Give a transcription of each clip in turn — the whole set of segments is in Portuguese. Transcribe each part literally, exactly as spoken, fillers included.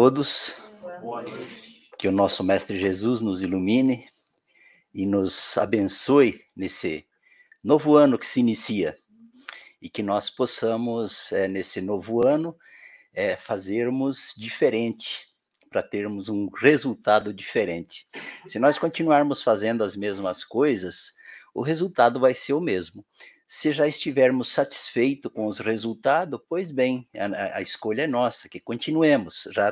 todos, que o nosso Mestre Jesus nos ilumine e nos abençoe nesse novo ano que se inicia, e que nós possamos, é, nesse novo ano, é, fazermos diferente, para termos um resultado diferente. Se nós continuarmos fazendo as mesmas coisas, o resultado vai ser o mesmo. Se já estivermos satisfeitos com os resultados, pois bem, a, a escolha é nossa, que continuemos. Já.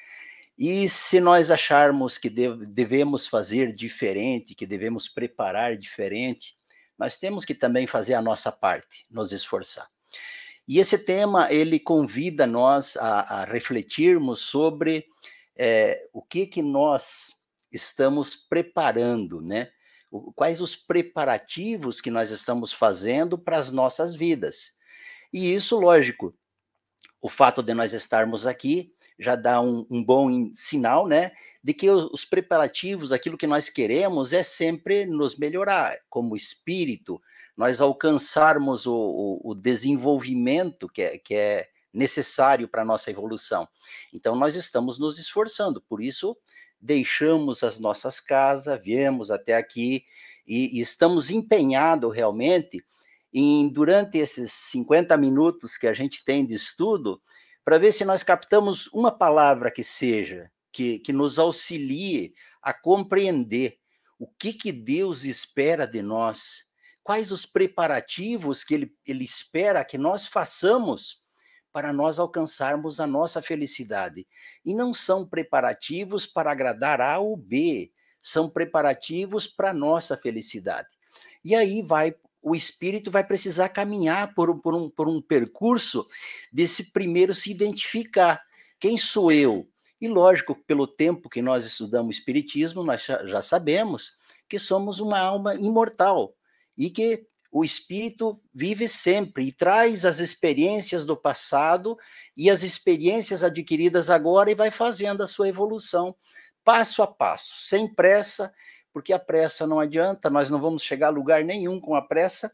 E se nós acharmos que deve, devemos fazer diferente, que devemos preparar diferente, nós temos que também fazer a nossa parte, nos esforçar. E esse tema, ele convida nós a, a refletirmos sobre é, o que, que nós estamos preparando, né? Quais os preparativos que nós estamos fazendo para as nossas vidas. E isso, lógico, o fato de nós estarmos aqui já dá um, um bom sinal, né, de que os, os preparativos, aquilo que nós queremos é sempre nos melhorar como espírito, nós alcançarmos o, o, o desenvolvimento que é, que é necessário para a nossa evolução. Então, nós estamos nos esforçando, por isso deixamos as nossas casas, viemos até aqui e, e estamos empenhados realmente em, durante esses cinquenta minutos que a gente tem de estudo, para ver se nós captamos uma palavra que seja, que, que nos auxilie a compreender o que, que Deus espera de nós, quais os preparativos que Ele, ele espera que nós façamos para nós alcançarmos a nossa felicidade. E não são preparativos para agradar A ou B, são preparativos para a nossa felicidade. E aí vai, o espírito vai precisar caminhar por, por, um, por um percurso desse primeiro se identificar. Quem sou eu? E lógico, pelo tempo que nós estudamos espiritismo, nós já sabemos que somos uma alma imortal e que o espírito vive sempre e traz as experiências do passado e as experiências adquiridas agora e vai fazendo a sua evolução passo a passo, sem pressa, porque a pressa não adianta, nós não vamos chegar a lugar nenhum com a pressa,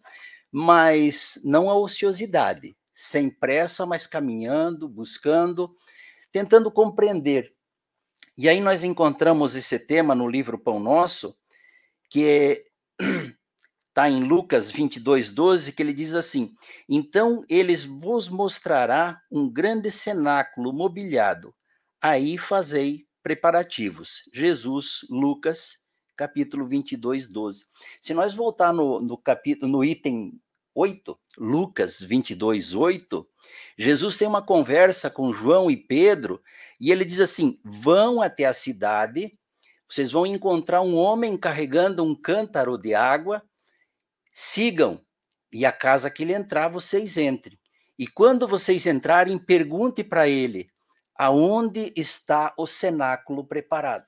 mas não a ociosidade, sem pressa, mas caminhando, buscando, tentando compreender. E aí nós encontramos esse tema no livro Pão Nosso, que está em Lucas vinte e dois, doze, que ele diz assim: então eles vos mostrará um grande cenáculo mobiliado, aí fazei preparativos. Jesus, Lucas, capítulo vinte e dois, doze. Se nós voltar no, no, capítulo, no item oito, Lucas vinte e dois, oito, Jesus tem uma conversa com João e Pedro, e ele diz assim: vão até a cidade, vocês vão encontrar um homem carregando um cântaro de água, sigam, e a casa que ele entrar, vocês entrem. E quando vocês entrarem, pergunte para ele, aonde está o cenáculo preparado?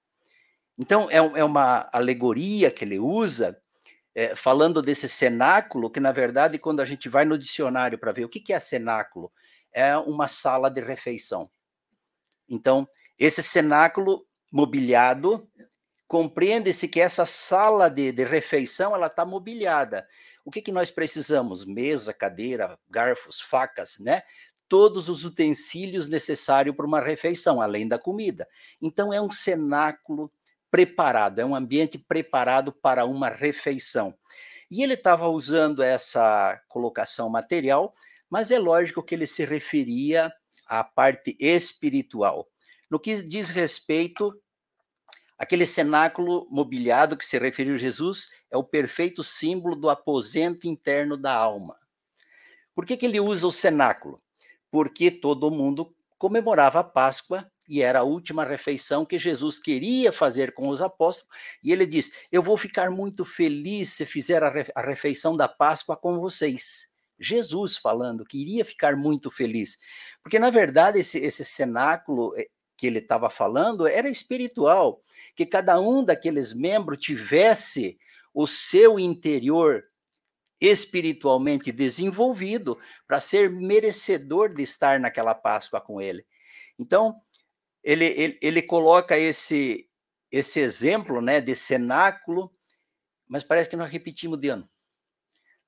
Então, é, é uma alegoria que ele usa, é, falando desse cenáculo, que, na verdade, quando a gente vai no dicionário para ver o que, que é cenáculo, é uma sala de refeição. Então, esse cenáculo mobiliado, compreende-se que essa sala de, de refeição, ela está mobiliada. O que, que nós precisamos? Mesa, cadeira, garfos, facas, né? Todos os utensílios necessários para uma refeição, além da comida. Então, é um cenáculo preparado, é um ambiente preparado para uma refeição. E ele estava usando essa colocação material, mas é lógico que ele se referia à parte espiritual. No que diz respeito, aquele cenáculo mobiliado que se referiu Jesus é o perfeito símbolo do aposento interno da alma. Por que que ele usa o cenáculo? Porque todo mundo comemorava a Páscoa e era a última refeição que Jesus queria fazer com os apóstolos, e ele diz: eu vou ficar muito feliz se fizer a refeição da Páscoa com vocês. Jesus falando que iria ficar muito feliz, porque na verdade esse, esse cenáculo que ele estava falando era espiritual, que cada um daqueles membros tivesse o seu interior espiritualmente desenvolvido para ser merecedor de estar naquela Páscoa com ele. Então, ele, ele, ele coloca esse, esse exemplo, né, de cenáculo, mas parece que nós repetimos de ano.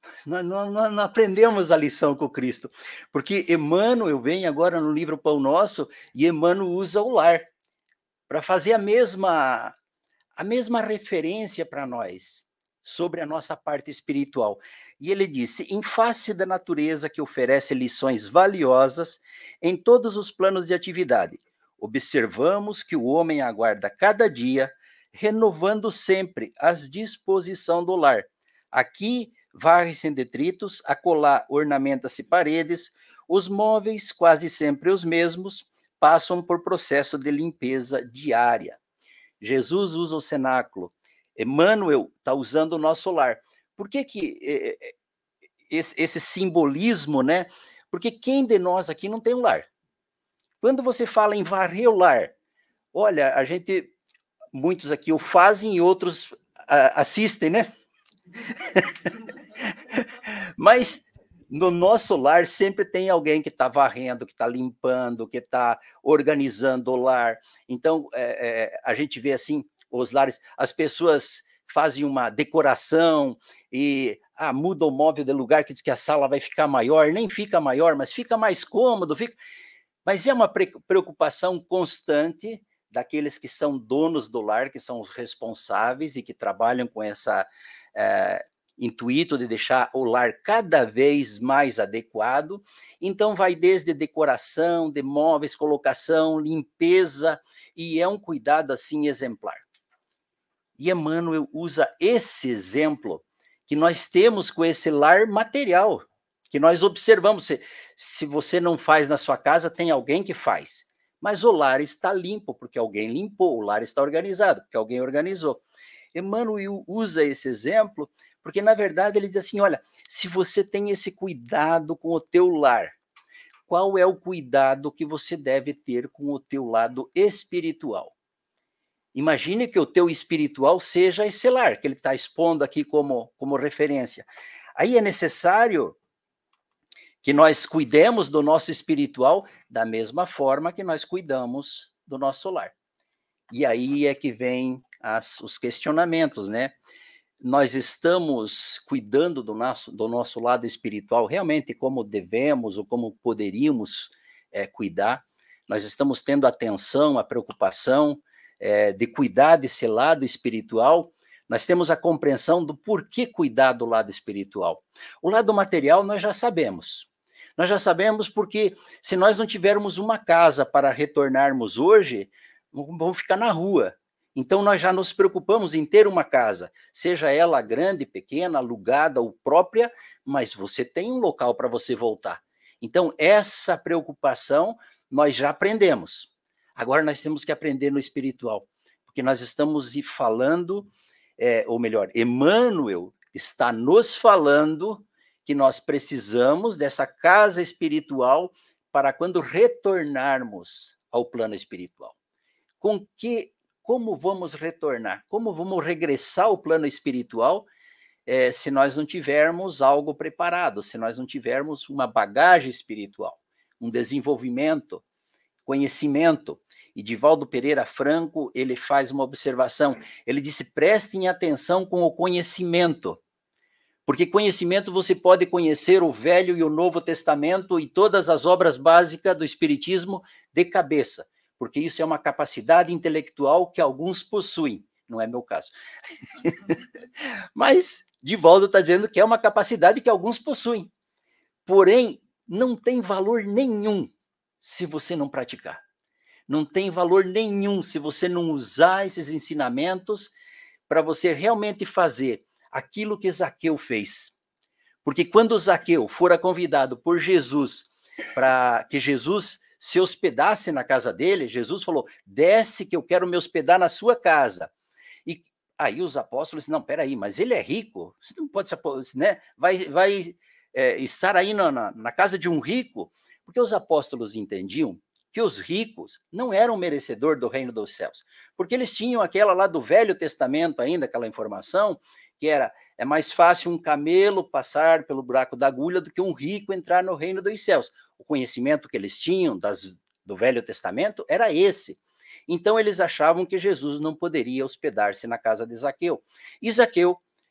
Nós não, não, não aprendemos a lição com Cristo, porque Emmanuel vem agora no livro Pão Nosso, e Emmanuel usa o lar para fazer a mesma, a mesma referência para nós, sobre a nossa parte espiritual. E ele disse: em face da natureza que oferece lições valiosas em todos os planos de atividade, observamos que o homem aguarda cada dia, renovando sempre as disposição do lar. Aqui varre-se em detritos, acolá ornamenta-se paredes, os móveis, quase sempre os mesmos, passam por processo de limpeza diária. Jesus usa o cenáculo, Emmanuel está usando o nosso lar. Por que que eh, esse, esse simbolismo, né? Porque quem de nós aqui não tem um lar? Quando você fala em varrer o lar, olha, a gente, muitos aqui o fazem e outros a, assistem, né? Mas no nosso lar sempre tem alguém que está varrendo, que está limpando, que está organizando o lar. Então, é, é, a gente vê assim, os lares, as pessoas fazem uma decoração e ah, muda o móvel de lugar, que diz que a sala vai ficar maior, nem fica maior, mas fica mais cômodo. Fica... Mas é uma preocupação constante daqueles que são donos do lar, que são os responsáveis e que trabalham com essa... É, intuito de deixar o lar cada vez mais adequado. Então vai desde decoração, de móveis, colocação, limpeza, e é um cuidado assim exemplar. E Emmanuel usa esse exemplo que nós temos com esse lar material, que nós observamos. Se, se você não faz na sua casa, tem alguém que faz. Mas o lar está limpo, porque alguém limpou, o lar está organizado, porque alguém organizou. Emmanuel usa esse exemplo porque, na verdade, ele diz assim, olha, se você tem esse cuidado com o teu lar, qual é o cuidado que você deve ter com o teu lado espiritual? Imagine que o teu espiritual seja esse lar, que ele está expondo aqui como, como referência. Aí é necessário que nós cuidemos do nosso espiritual da mesma forma que nós cuidamos do nosso lar. E aí é que vem as, os questionamentos, né? Nós estamos cuidando do nosso, do nosso lado espiritual realmente como devemos ou como poderíamos é, cuidar? Nós estamos tendo atenção, a preocupação é, de cuidar desse lado espiritual? Nós temos a compreensão do porquê cuidar do lado espiritual. O lado material nós já sabemos. Nós já sabemos porque se nós não tivermos uma casa para retornarmos hoje, vamos ficar na rua. Então, nós já nos preocupamos em ter uma casa, seja ela grande, pequena, alugada ou própria, mas você tem um local para você voltar. Então, essa preocupação nós já aprendemos. Agora, nós temos que aprender no espiritual, porque nós estamos falando, é, ou melhor, Emmanuel está nos falando que nós precisamos dessa casa espiritual para quando retornarmos ao plano espiritual. Com que Como vamos retornar? Como vamos regressar ao plano espiritual eh, se nós não tivermos algo preparado, se nós não tivermos uma bagagem espiritual, um desenvolvimento, conhecimento? E Divaldo Pereira Franco, ele faz uma observação, ele disse, prestem atenção com o conhecimento, porque conhecimento você pode conhecer o Velho e o Novo Testamento e todas as obras básicas do Espiritismo de cabeça, porque isso é uma capacidade intelectual que alguns possuem, não é meu caso. Mas Divaldo está dizendo que é uma capacidade que alguns possuem, porém não tem valor nenhum se você não praticar. Não tem valor nenhum se você não usar esses ensinamentos para você realmente fazer aquilo que Zaqueu fez. Porque quando Zaqueu fora convidado por Jesus para que Jesus se hospedasse na casa dele, Jesus falou, desce que eu quero me hospedar na sua casa. E aí os apóstolos disseram, não, peraí, mas ele é rico, você não pode, né? vai, vai é, estar aí na, na, na casa de um rico, porque os apóstolos entendiam que os ricos não eram merecedores do reino dos céus, porque eles tinham aquela lá do Velho Testamento ainda, aquela informação, que era, é mais fácil um camelo passar pelo buraco da agulha do que um rico entrar no reino dos céus. O conhecimento que eles tinham das, do Velho Testamento era esse. Então eles achavam que Jesus não poderia hospedar-se na casa de Zaqueu. E Zaqueu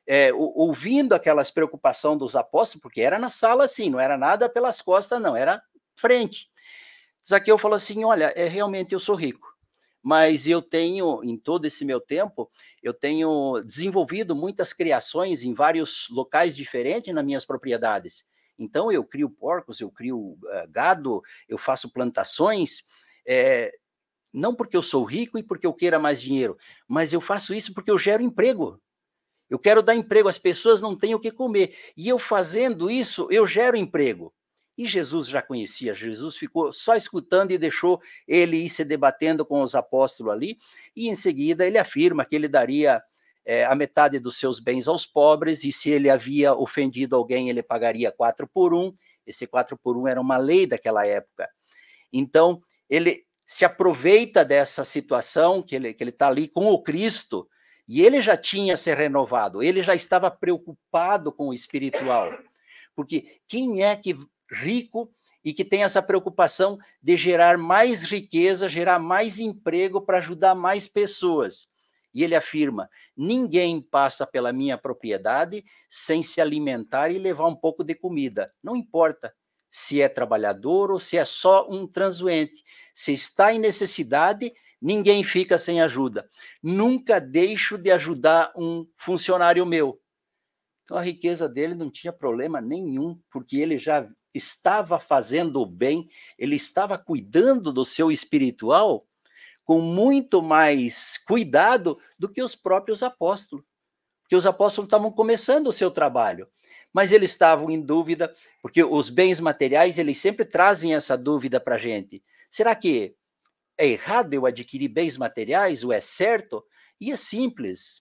é, ouvindo aquelas preocupações dos apóstolos, porque era na sala assim, não era nada pelas costas, não, era frente. Zaqueu falou assim, olha, é, realmente eu sou rico, mas eu tenho, em todo esse meu tempo, eu tenho desenvolvido muitas criações em vários locais diferentes nas minhas propriedades. Então, eu crio porcos, eu crio uh, gado, eu faço plantações, é, não porque eu sou rico e porque eu queira mais dinheiro, mas eu faço isso porque eu gero emprego. Eu quero dar emprego, as pessoas não têm o que comer. E eu fazendo isso, eu gero emprego. E Jesus já conhecia, Jesus ficou só escutando e deixou ele ir se debatendo com os apóstolos ali, e em seguida ele afirma que ele daria é, a metade dos seus bens aos pobres, e se ele havia ofendido alguém, ele pagaria quatro por um, esse quatro por um era uma lei daquela época. Então, ele se aproveita dessa situação, que ele que ele está ali com o Cristo, e ele já tinha se renovado, ele já estava preocupado com o espiritual. Porque quem é que rico e que tem essa preocupação de gerar mais riqueza, gerar mais emprego para ajudar mais pessoas? E ele afirma, ninguém passa pela minha propriedade sem se alimentar e levar um pouco de comida. Não importa se é trabalhador ou se é só um transuente. Se está em necessidade, ninguém fica sem ajuda. Nunca deixo de ajudar um funcionário meu. Então, a riqueza dele não tinha problema nenhum, porque ele já estava fazendo o bem, ele estava cuidando do seu espiritual com muito mais cuidado do que os próprios apóstolos. Porque os apóstolos estavam começando o seu trabalho, mas eles estavam em dúvida, porque os bens materiais, eles sempre trazem essa dúvida para a gente. Será que é errado eu adquirir bens materiais, ou é certo? E é simples.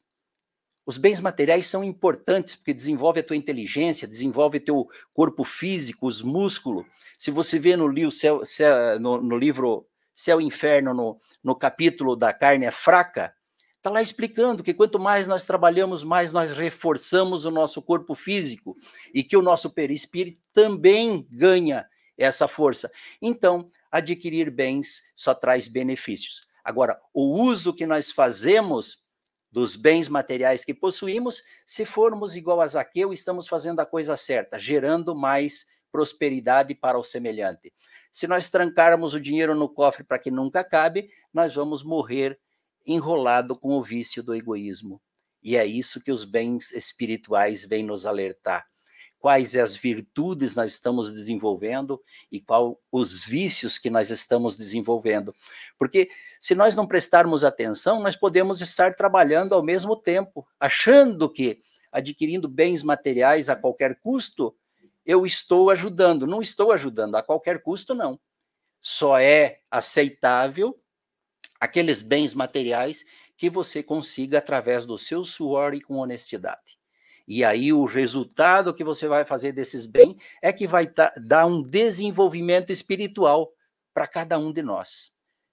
Os bens materiais são importantes, porque desenvolve a tua inteligência, desenvolve o teu corpo físico, os músculos. Se você vê no livro Céu, Céu, no, no livro Céu e Inferno, no, no capítulo da carne é fraca, está lá explicando que quanto mais nós trabalhamos, mais nós reforçamos o nosso corpo físico, e que o nosso perispírito também ganha essa força. Então, adquirir bens só traz benefícios. Agora, o uso que nós fazemos dos bens materiais que possuímos, se formos igual a Zaqueu, estamos fazendo a coisa certa, gerando mais prosperidade para o semelhante. Se nós trancarmos o dinheiro no cofre para que nunca acabe, nós vamos morrer enrolado com o vício do egoísmo. E é isso que os bens espirituais vêm nos alertar. Quais as virtudes nós estamos desenvolvendo e quais os vícios que nós estamos desenvolvendo. Porque se nós não prestarmos atenção, nós podemos estar trabalhando ao mesmo tempo, achando que adquirindo bens materiais a qualquer custo, eu estou ajudando. Não estou ajudando, a qualquer custo não. Só é aceitável aqueles bens materiais que você consiga através do seu suor e com honestidade. E aí o resultado que você vai fazer desses bens é que vai dar um desenvolvimento espiritual para cada um de nós,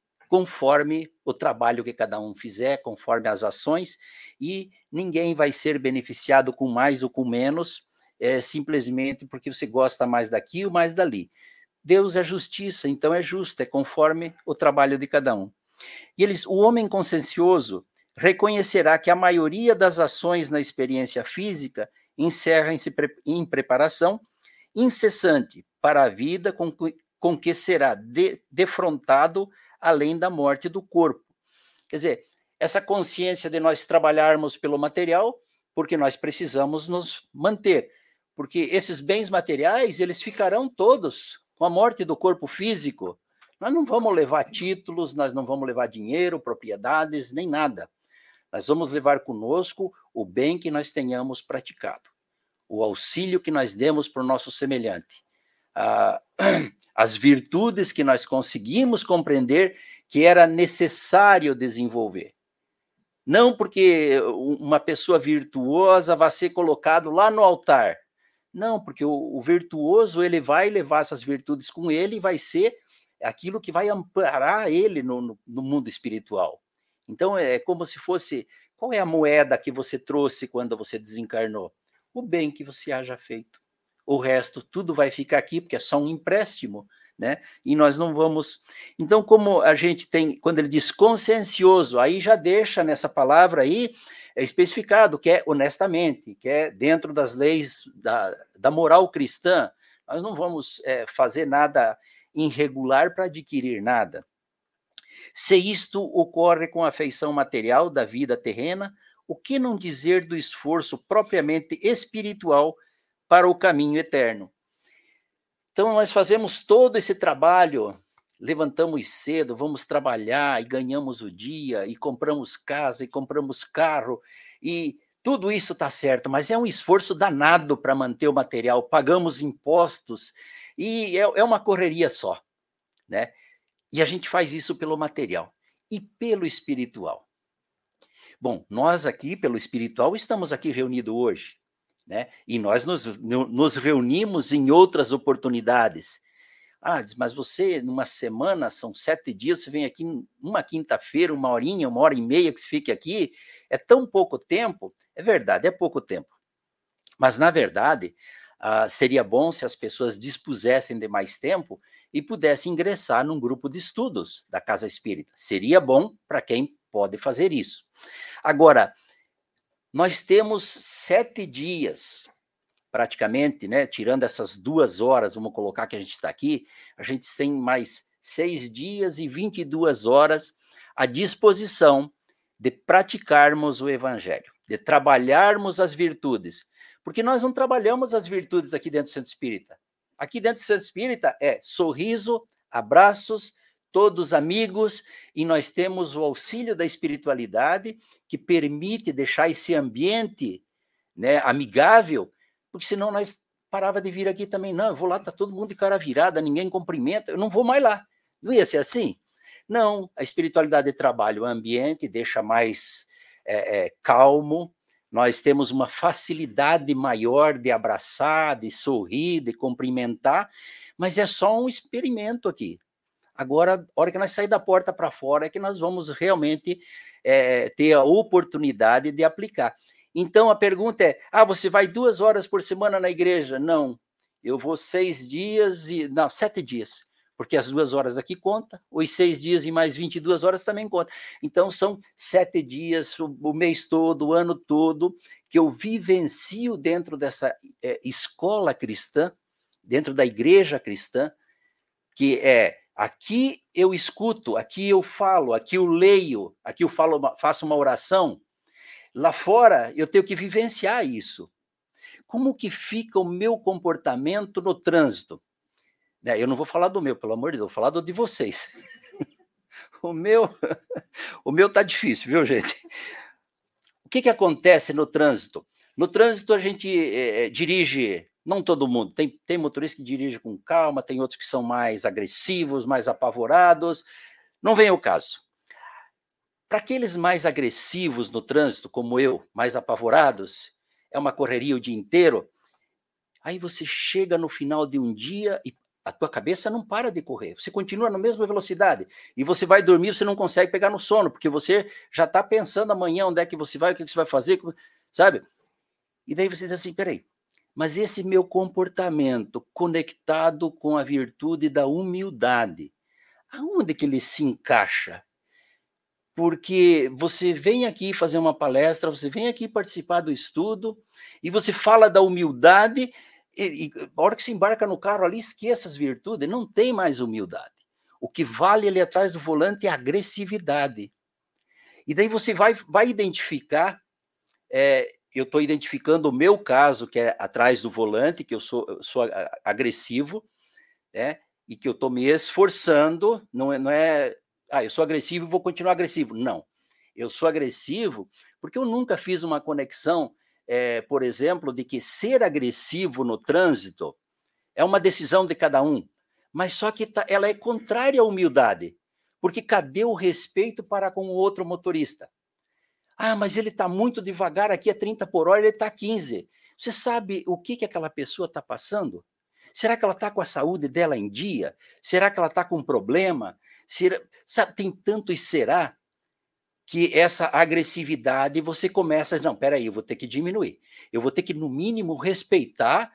conforme o trabalho que cada um fizer, conforme as ações, e ninguém vai ser beneficiado com mais ou com menos, é, simplesmente porque você gosta mais daqui ou mais dali. Deus é justiça, então é justo, é conforme o trabalho de cada um. E eles, o homem consciencioso reconhecerá que a maioria das ações na experiência física encerra-se em preparação incessante para a vida com, com que será de, defrontado além da morte do corpo. Quer dizer, essa consciência de nós trabalharmos pelo material, porque nós precisamos nos manter, porque esses bens materiais, eles ficarão todos com a morte do corpo físico. Nós não vamos levar títulos, nós não vamos levar dinheiro, propriedades, nem nada. Nós vamos levar conosco o bem que nós tenhamos praticado, o auxílio que nós demos para o nosso semelhante, ah, as virtudes que nós conseguimos compreender que era necessário desenvolver. Não porque uma pessoa virtuosa vai ser colocado lá no altar. Não, porque o, o virtuoso ele vai levar essas virtudes com ele e vai ser aquilo que vai amparar ele no, no, no mundo espiritual. Então, é como se fosse, qual é a moeda que você trouxe quando você desencarnou? O bem que você haja feito. O resto, tudo vai ficar aqui, porque é só um empréstimo. né? E nós não vamos... Então, como a gente tem, quando ele diz consciencioso, aí já deixa nessa palavra aí, é especificado que é honestamente, que é dentro das leis da, da moral cristã. Nós não vamos é, fazer nada irregular para adquirir nada. Se isto ocorre com a afeição material da vida terrena, o que não dizer do esforço propriamente espiritual para o caminho eterno? Então, nós fazemos todo esse trabalho, levantamos cedo, vamos trabalhar e ganhamos o dia, e compramos casa, e compramos carro, e tudo isso está certo, mas é um esforço danado para manter o material, pagamos impostos, e é, é uma correria só, né? E a gente faz isso pelo material e pelo espiritual. Bom, nós aqui, pelo espiritual, estamos aqui reunidos hoje, né? E nós nos, nos reunimos em outras oportunidades. Ah, diz, mas você, numa semana, são sete dias, você vem aqui uma quinta-feira, uma horinha, uma hora e meia que você fique aqui, é tão pouco tempo. É verdade, é pouco tempo. Mas, na verdade, ah, seria bom se as pessoas dispusessem de mais tempo e pudessem ingressar num grupo de estudos da Casa Espírita. Seria bom para quem pode fazer isso. Agora, nós temos sete dias, praticamente, né, tirando essas duas horas, vamos colocar que a gente está aqui, a gente tem mais seis dias e vinte e duas horas à disposição de praticarmos o Evangelho, de trabalharmos as virtudes, porque nós não trabalhamos as virtudes aqui dentro do Centro Espírita. Aqui dentro do Centro Espírita é sorriso, abraços, todos amigos, e nós temos o auxílio da espiritualidade que permite deixar esse ambiente, né, amigável, porque senão nós parava de vir aqui também. Não, eu vou lá, está todo mundo de cara virada, ninguém cumprimenta, eu não vou mais lá. Não ia ser assim? Não, a espiritualidade trabalha o ambiente, deixa mais é, é, calmo, nós temos uma facilidade maior de abraçar, de sorrir, de cumprimentar, mas é só um experimento aqui. Agora, a hora que nós sair da porta para fora é que nós vamos realmente é, ter a oportunidade de aplicar. Então, a pergunta é, ah, você vai duas horas por semana na igreja? Não, eu vou seis dias, e não, sete dias, porque as duas horas aqui conta, os seis dias e mais vinte e duas horas também conta. Então, são sete dias, o, o mês todo, o ano todo, que eu vivencio dentro dessa é, escola cristã, dentro da igreja cristã, que é, aqui eu escuto, aqui eu falo, aqui eu leio, aqui eu falo, faço uma oração. Lá fora, eu tenho que vivenciar isso. Como que fica o meu comportamento no trânsito? Eu não vou falar do meu, pelo amor de Deus, vou falar do de vocês. O meu, o meu tá difícil, viu, gente? O que que acontece no trânsito? No trânsito, a gente é, dirige, não todo mundo, tem, tem motorista que dirige com calma, tem outros que são mais agressivos, mais apavorados, não vem ao caso. Para aqueles mais agressivos no trânsito, como eu, mais apavorados, é uma correria o dia inteiro, aí você chega no final de um dia e a tua cabeça não para de correr, você continua na mesma velocidade, e você vai dormir, você não consegue pegar no sono, porque você já está pensando amanhã onde é que você vai, o que você vai fazer, sabe? E daí você diz assim, peraí, mas esse meu comportamento conectado com a virtude da humildade, aonde que ele se encaixa? Porque você vem aqui fazer uma palestra, você vem aqui participar do estudo, e você fala da humildade, e, e a hora que você embarca no carro ali, esqueça as virtudes, não tem mais humildade. O que vale ali atrás do volante é a agressividade. E daí você vai, vai identificar, é, eu estou identificando o meu caso, que é atrás do volante, que eu sou, eu sou agressivo, né, e que eu estou me esforçando, não é... Não é ah, eu sou agressivo e vou continuar agressivo. Não, eu sou agressivo porque eu nunca fiz uma conexão, é, por exemplo, de que ser agressivo no trânsito é uma decisão de cada um, mas só que tá, ela é contrária à humildade, porque cadê o respeito para com o outro motorista? Ah, mas ele está muito devagar, aqui é trinta por hora, ele está a quinze. Você sabe o que, que aquela pessoa está passando? Será que ela está com a saúde dela em dia? Será que ela está com um problema? Será, sabe, tem tanto e será que essa agressividade você começa, não, peraí, eu vou ter que diminuir. Eu vou ter que, no mínimo, respeitar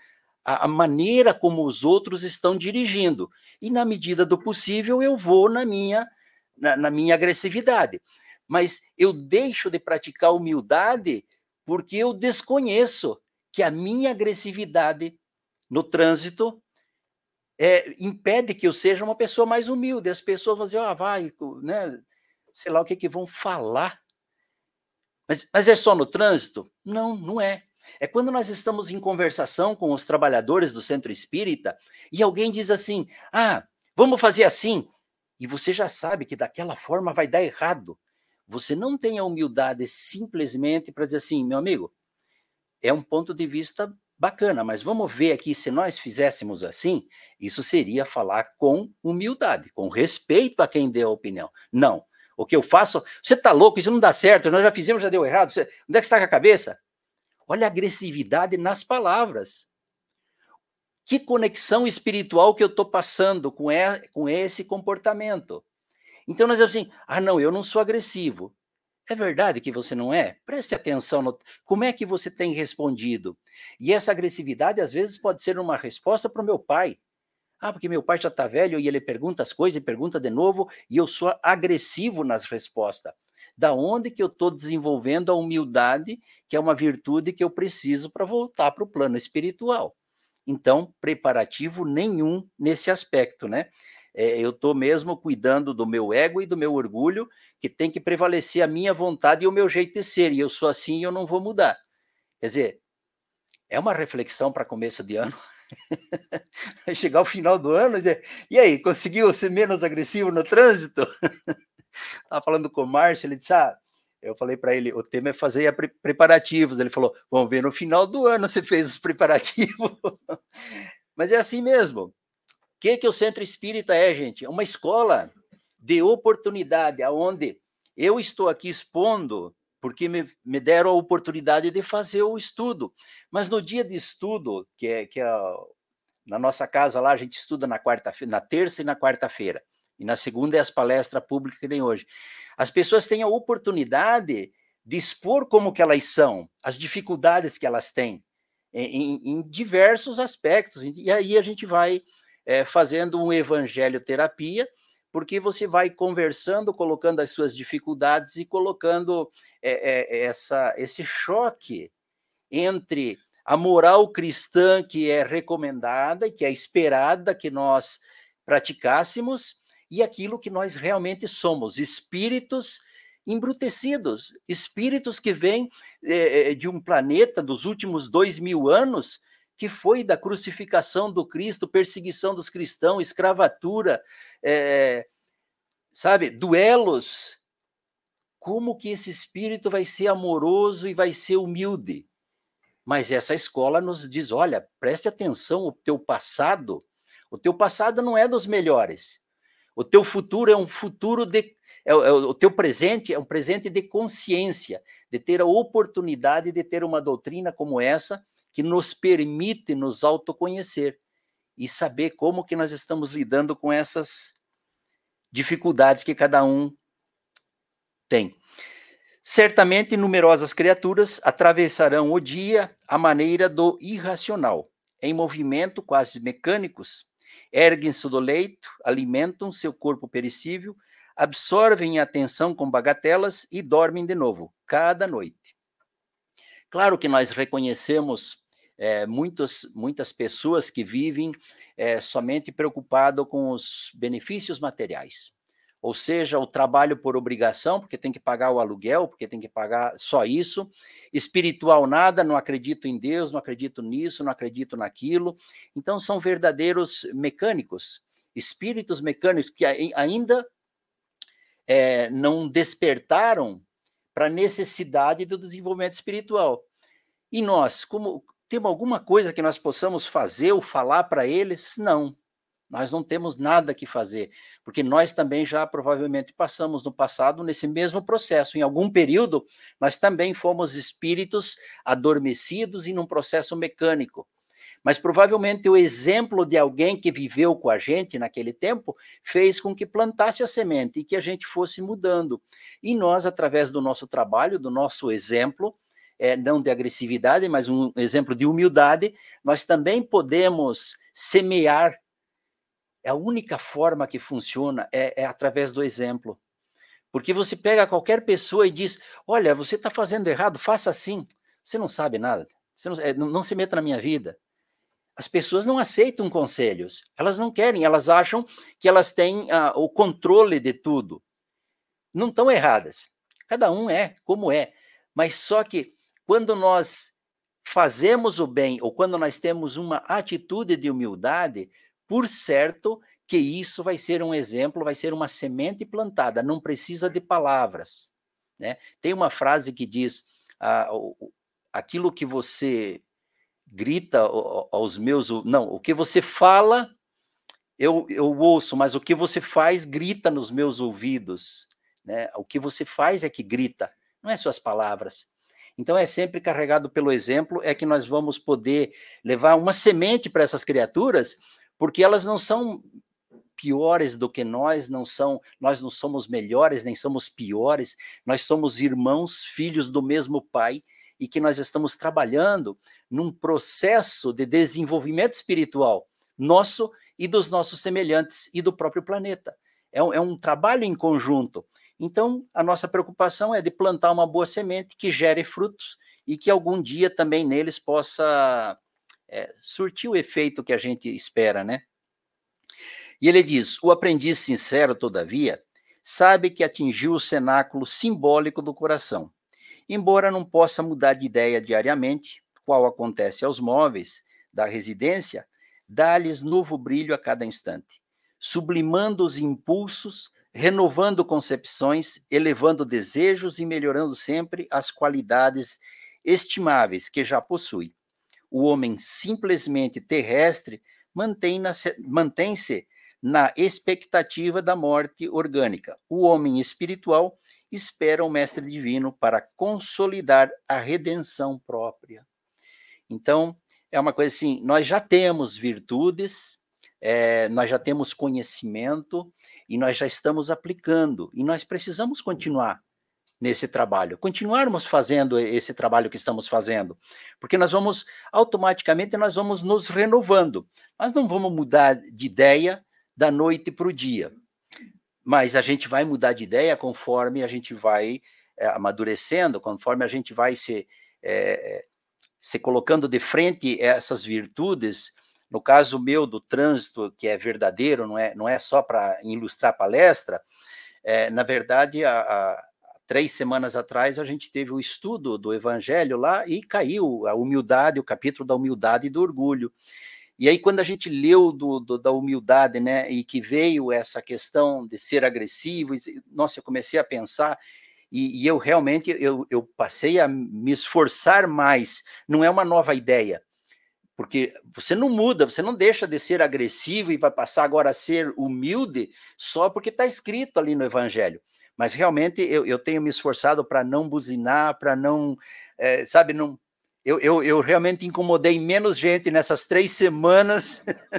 a, a maneira como os outros estão dirigindo. E, na medida do possível, eu vou na minha, na, na minha agressividade. Mas eu deixo de praticar humildade porque eu desconheço que a minha agressividade no trânsito é, impede que eu seja uma pessoa mais humilde. As pessoas vão dizer, ah, vai, né, sei lá o que, que vão falar. Mas, mas é só no trânsito? Não, não é. É quando nós estamos em conversação com os trabalhadores do centro espírita e alguém diz assim, ah, vamos fazer assim, e você já sabe que daquela forma vai dar errado. Você não tem a humildade simplesmente para dizer assim, meu amigo, é um ponto de vista bacana, mas vamos ver aqui, se nós fizéssemos assim, isso seria falar com humildade, com respeito a quem deu a opinião. Não. O que eu faço, você está louco, isso não dá certo, nós já fizemos, já deu errado, você, onde é que está com a cabeça? Olha a agressividade nas palavras. Que conexão espiritual que eu estou passando com, e, com esse comportamento? Então nós dizemos assim, ah não, eu não sou agressivo. É verdade que você não é? Preste atenção no como é que você tem respondido. E essa agressividade, às vezes, pode ser uma resposta para o meu pai. Ah, porque meu pai já está velho e ele pergunta as coisas e pergunta de novo, e eu sou agressivo nas respostas. Da onde que eu estou desenvolvendo a humildade, que é uma virtude que eu preciso para voltar para o plano espiritual? Então, preparativo nenhum nesse aspecto, né? É, eu estou mesmo cuidando do meu ego e do meu orgulho, que tem que prevalecer a minha vontade e o meu jeito de ser, e eu sou assim e eu não vou mudar. Quer dizer, é uma reflexão para começo de ano. Vai chegar o final do ano e dizer, e aí, conseguiu ser menos agressivo no trânsito? Estava falando com o Márcio, ele disse, ah, eu falei para ele, o tema é fazer pre preparativos. Ele falou, vamos ver no final do ano se fez os preparativos. Mas é assim mesmo. O que, que o Centro Espírita é, gente? É uma escola de oportunidade, onde eu estou aqui expondo, porque me, me deram a oportunidade de fazer o estudo. Mas no dia de estudo, que é, que é na nossa casa lá, a gente estuda na quarta-feira, na terça e na quarta-feira. E na segunda é as palestras públicas que nem hoje. As pessoas têm a oportunidade de expor como que elas são, as dificuldades que elas têm, em, em diversos aspectos. E aí a gente vai é, fazendo um evangelho terapia, porque você vai conversando, colocando as suas dificuldades e colocando é, é, essa, esse choque entre a moral cristã que é recomendada e que é esperada que nós praticássemos e aquilo que nós realmente somos, espíritos embrutecidos, espíritos que vêm é, de um planeta dos últimos dois mil anos, que foi da crucificação do Cristo, perseguição dos cristãos, escravatura, é, sabe, duelos. Como que esse espírito vai ser amoroso e vai ser humilde? Mas essa escola nos diz, olha, preste atenção, o teu passado, o teu passado não é dos melhores. O teu futuro é um futuro de... É, é, o teu presente é um presente de consciência, de ter a oportunidade de ter uma doutrina como essa, que nos permite nos autoconhecer e saber como que nós estamos lidando com essas dificuldades que cada um tem. Certamente, numerosas criaturas atravessarão o dia à maneira do irracional, em movimento quase mecânicos, erguem-se do leito, alimentam seu corpo perecível, absorvem a atenção com bagatelas e dormem de novo, cada noite. Claro que nós reconhecemos é, muitos, muitas pessoas que vivem é, somente preocupado com os benefícios materiais. Ou seja, o trabalho por obrigação, porque tem que pagar o aluguel, porque tem que pagar só isso. Espiritual nada, não acredito em Deus, não acredito nisso, não acredito naquilo. Então, são verdadeiros mecânicos, espíritos mecânicos que ainda é, não despertaram para a necessidade do desenvolvimento espiritual. E nós, como temos alguma coisa que nós possamos fazer ou falar para eles? Não. Nós não temos nada que fazer, porque nós também já provavelmente passamos no passado nesse mesmo processo. Em algum período, nós também fomos espíritos adormecidos e num processo mecânico. Mas provavelmente o exemplo de alguém que viveu com a gente naquele tempo fez com que plantasse a semente e que a gente fosse mudando. E nós, através do nosso trabalho, do nosso exemplo, é, não de agressividade, mas um exemplo de humildade, nós também podemos semear. A única forma que funciona é, é através do exemplo. Porque você pega qualquer pessoa e diz, olha, você está fazendo errado, faça assim. Você não sabe nada, você não, é, não, não se meta na minha vida. As pessoas não aceitam conselhos, elas não querem, elas acham que elas têm ah, o controle de tudo. Não estão erradas, cada um é como é, mas só que quando nós fazemos o bem, ou quando nós temos uma atitude de humildade, por certo que isso vai ser um exemplo, vai ser uma semente plantada, não precisa de palavras, né? Tem uma frase que diz, ah, aquilo que você grita aos meus, não, o que você fala, eu, eu ouço, mas o que você faz grita nos meus ouvidos, né? O que você faz é que grita, não é suas palavras. Então é sempre carregado pelo exemplo, é que nós vamos poder levar uma semente para essas criaturas, porque elas não são piores do que nós, não são, nós não somos melhores, nem somos piores, nós somos irmãos, filhos do mesmo pai, e que nós estamos trabalhando num processo de desenvolvimento espiritual nosso e dos nossos semelhantes e do próprio planeta. É um, é um trabalho em conjunto. Então, a nossa preocupação é de plantar uma boa semente que gere frutos e que algum dia também neles possa é, surtir o efeito que a gente espera, né? E ele diz, o aprendiz sincero, todavia, sabe que atingiu o cenáculo simbólico do coração. Embora não possa mudar de ideia diariamente, qual acontece aos móveis da residência, dá-lhes novo brilho a cada instante, sublimando os impulsos, renovando concepções, elevando desejos e melhorando sempre as qualidades estimáveis que já possui. O homem simplesmente terrestre mantém-se mantém na expectativa da morte orgânica. O homem espiritual espera o mestre divino para consolidar a redenção própria. Então, é uma coisa assim, nós já temos virtudes, é, nós já temos conhecimento e nós já estamos aplicando, e nós precisamos continuar nesse trabalho, continuarmos fazendo esse trabalho que estamos fazendo, porque nós vamos, automaticamente, nós vamos nos renovando, nós não vamos mudar de ideia da noite para o dia, mas a gente vai mudar de ideia conforme a gente vai é, amadurecendo, conforme a gente vai se, é, se colocando de frente essas virtudes. No caso meu do trânsito, que é verdadeiro, não é, não é só para ilustrar a palestra, é, na verdade, a, a, três semanas atrás, a gente teve o estudo do Evangelho lá e caiu a humildade, o capítulo da humildade e do orgulho. E aí, quando a gente leu do, do, da humildade, né, e que veio essa questão de ser agressivo, nossa, eu comecei a pensar, e, e eu realmente, eu, eu passei a me esforçar mais, não é uma nova ideia, porque você não muda, você não deixa de ser agressivo e vai passar agora a ser humilde só porque está escrito ali no Evangelho. Mas realmente eu, eu tenho me esforçado para não buzinar, para não, é, sabe, não... Eu, eu, eu realmente incomodei menos gente nessas três semanas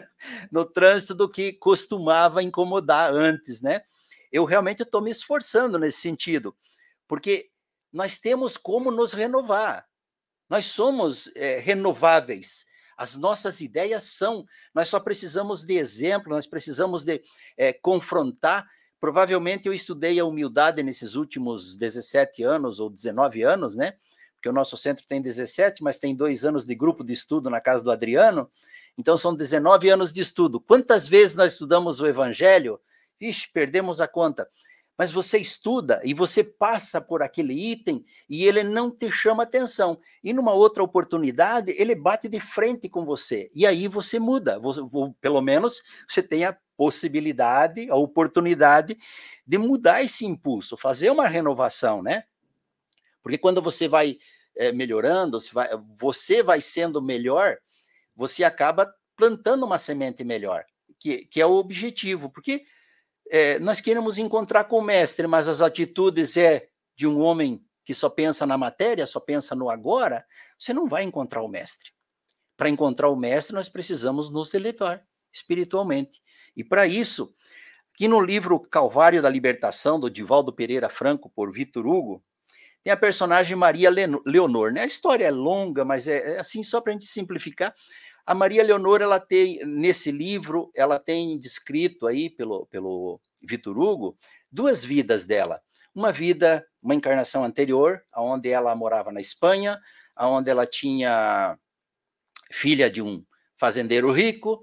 no trânsito do que costumava incomodar antes, né? Eu realmente estou me esforçando nesse sentido, porque nós temos como nos renovar. Nós somos é, renováveis. As nossas ideias são, nós só precisamos de exemplo, nós precisamos de é, confrontar. Provavelmente eu estudei a humildade nesses últimos dezessete anos ou dezenove anos, né? Porque o nosso centro tem dezessete, mas tem dois anos de grupo de estudo na casa do Adriano, então são dezenove anos de estudo. Quantas vezes nós estudamos o Evangelho? Ixi, perdemos a conta. Mas você estuda e você passa por aquele item e ele não te chama atenção. E numa outra oportunidade, ele bate de frente com você. E aí você muda. Pelo menos você tem a possibilidade, a oportunidade de mudar esse impulso, fazer uma renovação, né? Porque quando você vai é, melhorando, você vai, você vai sendo melhor, você acaba plantando uma semente melhor, que, que é o objetivo. Porque é, nós queremos encontrar com o mestre, mas as atitudes é de um homem que só pensa na matéria, só pensa no agora, você não vai encontrar o mestre. Para encontrar o mestre, nós precisamos nos elevar espiritualmente. E para isso, aqui no livro Calvário da Libertação, do Divaldo Pereira Franco, por Vitor Hugo, tem a personagem Maria Leonor, né? A história é longa, mas é, é assim, só para a gente simplificar. A Maria Leonor, ela tem, nesse livro, ela tem descrito aí pelo, pelo Victor Hugo, duas vidas dela. Uma vida, uma encarnação anterior, onde ela morava na Espanha, onde ela tinha filha de um fazendeiro rico,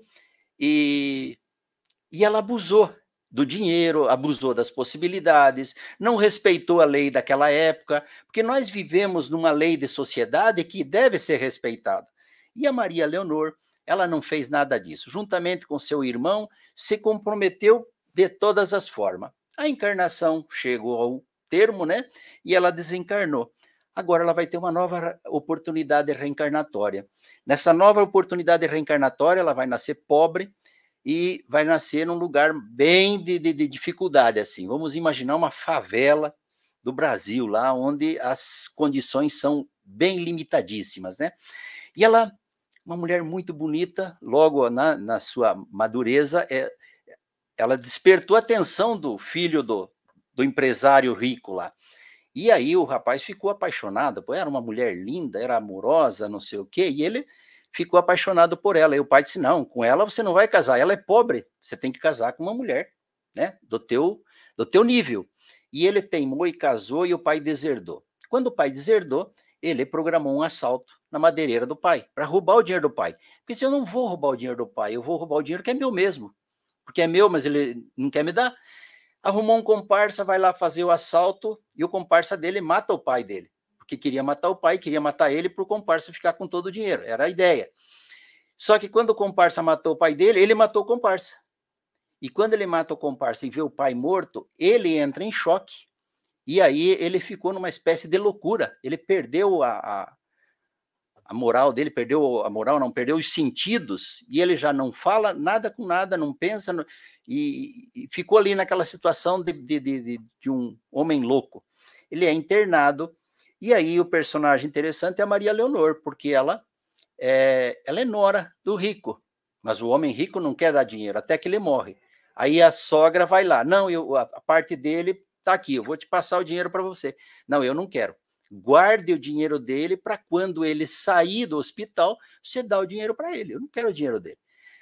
e, e ela abusou do dinheiro, abusou das possibilidades, não respeitou a lei daquela época, porque nós vivemos numa lei de sociedade que deve ser respeitada. E a Maria Leonor, ela não fez nada disso. Juntamente com seu irmão, se comprometeu de todas as formas. A encarnação chegou ao termo, né? E ela desencarnou. Agora ela vai ter uma nova oportunidade reencarnatória. Nessa nova oportunidade reencarnatória, ela vai nascer pobre e vai nascer num lugar bem de, de, de dificuldade, assim. Vamos imaginar uma favela do Brasil, lá onde as condições são bem limitadíssimas, né? E ela, uma mulher muito bonita, logo na, na sua madureza, é, ela despertou a atenção do filho do, do empresário rico lá. E aí o rapaz ficou apaixonado, pô, era uma mulher linda, era amorosa, não sei o quê, e ele ficou apaixonado por ela. E o pai disse, não, com ela você não vai casar, ela é pobre, você tem que casar com uma mulher, né, do teu, do teu nível. E ele teimou e casou, e o pai deserdou. Quando o pai deserdou, ele programou um assalto na madeireira do pai, para roubar o dinheiro do pai. Porque disse, eu não vou roubar o dinheiro do pai, eu vou roubar o dinheiro que é meu mesmo, porque é meu, mas ele não quer me dar. Arrumou um comparsa, vai lá fazer o assalto, e o comparsa dele mata o pai dele, porque queria matar o pai, queria matar ele para o comparsa ficar com todo o dinheiro, era a ideia. Só que quando o comparsa matou o pai dele, ele matou o comparsa. E quando ele mata o comparsa e vê o pai morto, ele entra em choque, e aí ele ficou numa espécie de loucura, ele perdeu a, a, a moral dele, perdeu a moral, não, perdeu os sentidos, e ele já não fala nada com nada, não pensa, no, e, e ficou ali naquela situação de, de, de, de um homem louco. Ele é internado, e aí o personagem interessante é a Maria Leonor, porque ela é, ela é nora do rico, mas o homem rico não quer dar dinheiro, até que ele morre. Aí a sogra vai lá, não, eu, a, a parte dele está aqui, eu vou te passar o dinheiro para você. Não, eu não quero. Guarde o dinheiro dele para quando ele sair do hospital, você dá o dinheiro para ele. Eu não quero o dinheiro dele.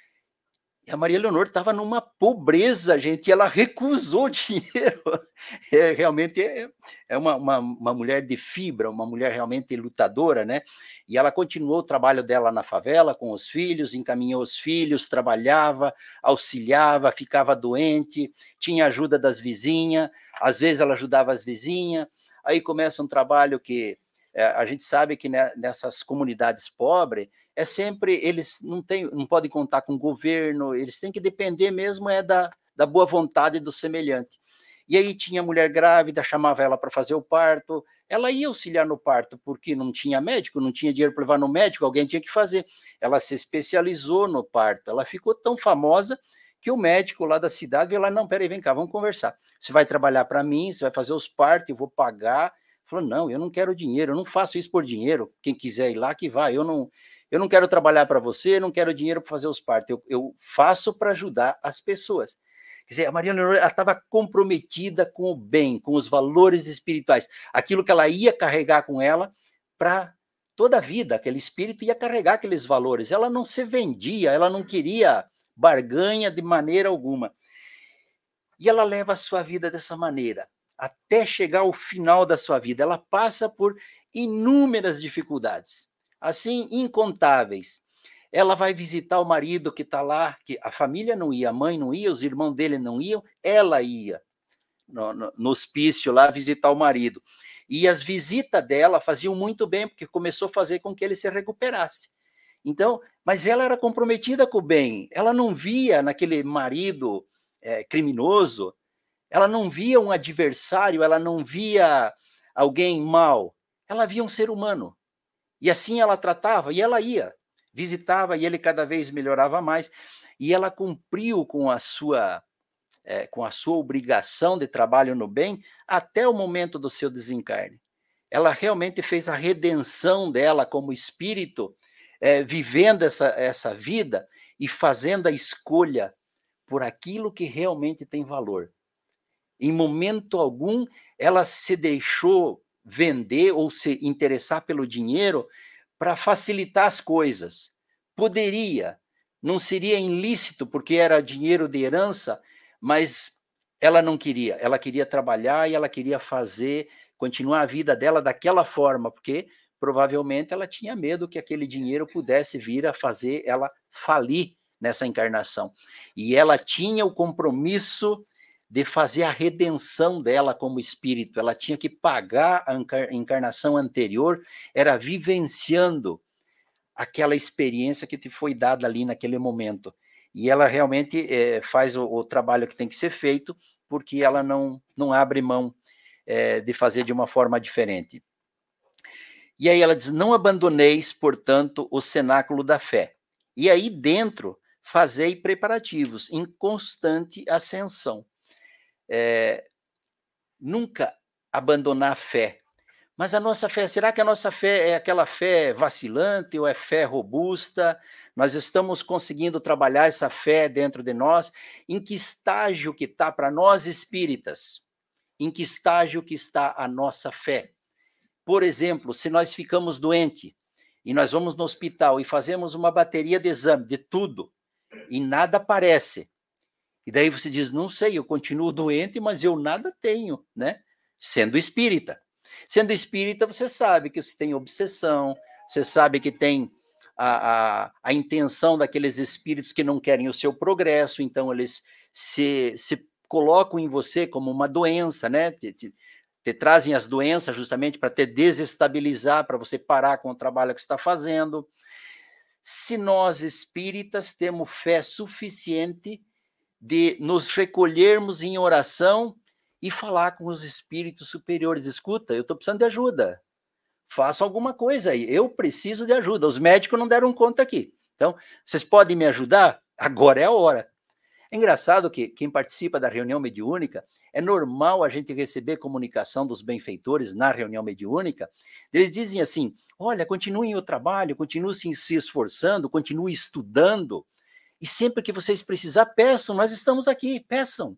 E a Maria Leonor estava numa pobreza, gente, e ela recusou o dinheiro. É, realmente é, é uma, uma, uma mulher de fibra, uma mulher realmente lutadora, né? E ela continuou o trabalho dela na favela com os filhos, encaminhou os filhos, trabalhava, auxiliava, ficava doente, tinha ajuda das vizinhas, às vezes ela ajudava as vizinhas. Aí começa um trabalho que é, a gente sabe que né, nessas comunidades pobres, é sempre, eles não, tem, não podem contar com o governo, eles têm que depender mesmo é da, da boa vontade do semelhante. E aí tinha mulher grávida, chamava ela para fazer o parto, ela ia auxiliar no parto, porque não tinha médico, não tinha dinheiro para levar no médico, alguém tinha que fazer. Ela se especializou no parto, ela ficou tão famosa que o médico lá da cidade veio lá, não, peraí, vem cá, vamos conversar. Você vai trabalhar para mim, você vai fazer os partos, eu vou pagar. Falou, não, eu não quero dinheiro, eu não faço isso por dinheiro, quem quiser ir lá, que vai, eu não... Eu não quero trabalhar para você, não quero dinheiro para fazer os partos, eu, eu faço para ajudar as pessoas. Quer dizer, a Maria Leonor estava comprometida com o bem, com os valores espirituais, aquilo que ela ia carregar com ela para toda a vida, aquele espírito ia carregar aqueles valores. Ela não se vendia, ela não queria barganha de maneira alguma. E ela leva a sua vida dessa maneira, até chegar ao final da sua vida. Ela passa por inúmeras dificuldades, assim, incontáveis. Ela vai visitar o marido que está lá, que a família não ia, a mãe não ia, os irmãos dele não iam, ela ia no, no, no hospício lá visitar o marido. E as visitas dela faziam muito bem, porque começou a fazer com que ele se recuperasse. Então, mas ela era comprometida com o bem, ela não via naquele marido é, criminoso, ela não via um adversário, ela não via alguém mau, ela via um ser humano. E assim ela tratava, e ela ia, visitava, e ele cada vez melhorava mais, e ela cumpriu com a sua, é, com a sua obrigação de trabalho no bem até o momento do seu desencarne. Ela realmente fez a redenção dela como espírito, é, vivendo essa, essa vida e fazendo a escolha por aquilo que realmente tem valor. Em momento algum, ela se deixou vender ou se interessar pelo dinheiro para facilitar as coisas. Poderia, não seria ilícito, porque era dinheiro de herança, mas ela não queria. Ela queria trabalhar e ela queria fazer, continuar a vida dela daquela forma, porque provavelmente ela tinha medo que aquele dinheiro pudesse vir a fazer ela falir nessa encarnação. E ela tinha o compromisso de fazer a redenção dela como espírito. Ela tinha que pagar a encarnação anterior, era vivenciando aquela experiência que te foi dada ali naquele momento. E ela realmente é, faz o, o trabalho que tem que ser feito, porque ela não, não abre mão é, de fazer de uma forma diferente. E aí ela diz, não abandoneis, portanto, o cenáculo da fé. E aí dentro, fazei preparativos, em constante ascensão. É, nunca abandonar a fé. Mas a nossa fé, será que a nossa fé é aquela fé vacilante ou é fé robusta? Nós estamos conseguindo trabalhar essa fé dentro de nós? Em que estágio que está para nós espíritas? Em que estágio que está a nossa fé? Por exemplo, se nós ficamos doentes e nós vamos no hospital e fazemos uma bateria de exame, de tudo, e nada aparece, e daí você diz, não sei, eu continuo doente, mas eu nada tenho, né? Sendo espírita. Sendo espírita, você sabe que você tem obsessão, você sabe que tem a, a, a intenção daqueles espíritos que não querem o seu progresso, então eles se, se colocam em você como uma doença, né? Te, te, te trazem as doenças justamente para te desestabilizar, para você parar com o trabalho que você está fazendo. Se nós espíritas temos fé suficiente de nos recolhermos em oração e falar com os espíritos superiores, escuta, eu estou precisando de ajuda, faça alguma coisa aí, eu preciso de ajuda, os médicos não deram conta aqui, então, vocês podem me ajudar? Agora é a hora. É engraçado que quem participa da reunião mediúnica, é normal a gente receber comunicação dos benfeitores na reunião mediúnica, eles dizem assim, olha, continuem o trabalho, continuem se esforçando, continuem estudando, e sempre que vocês precisar, peçam, nós estamos aqui, peçam.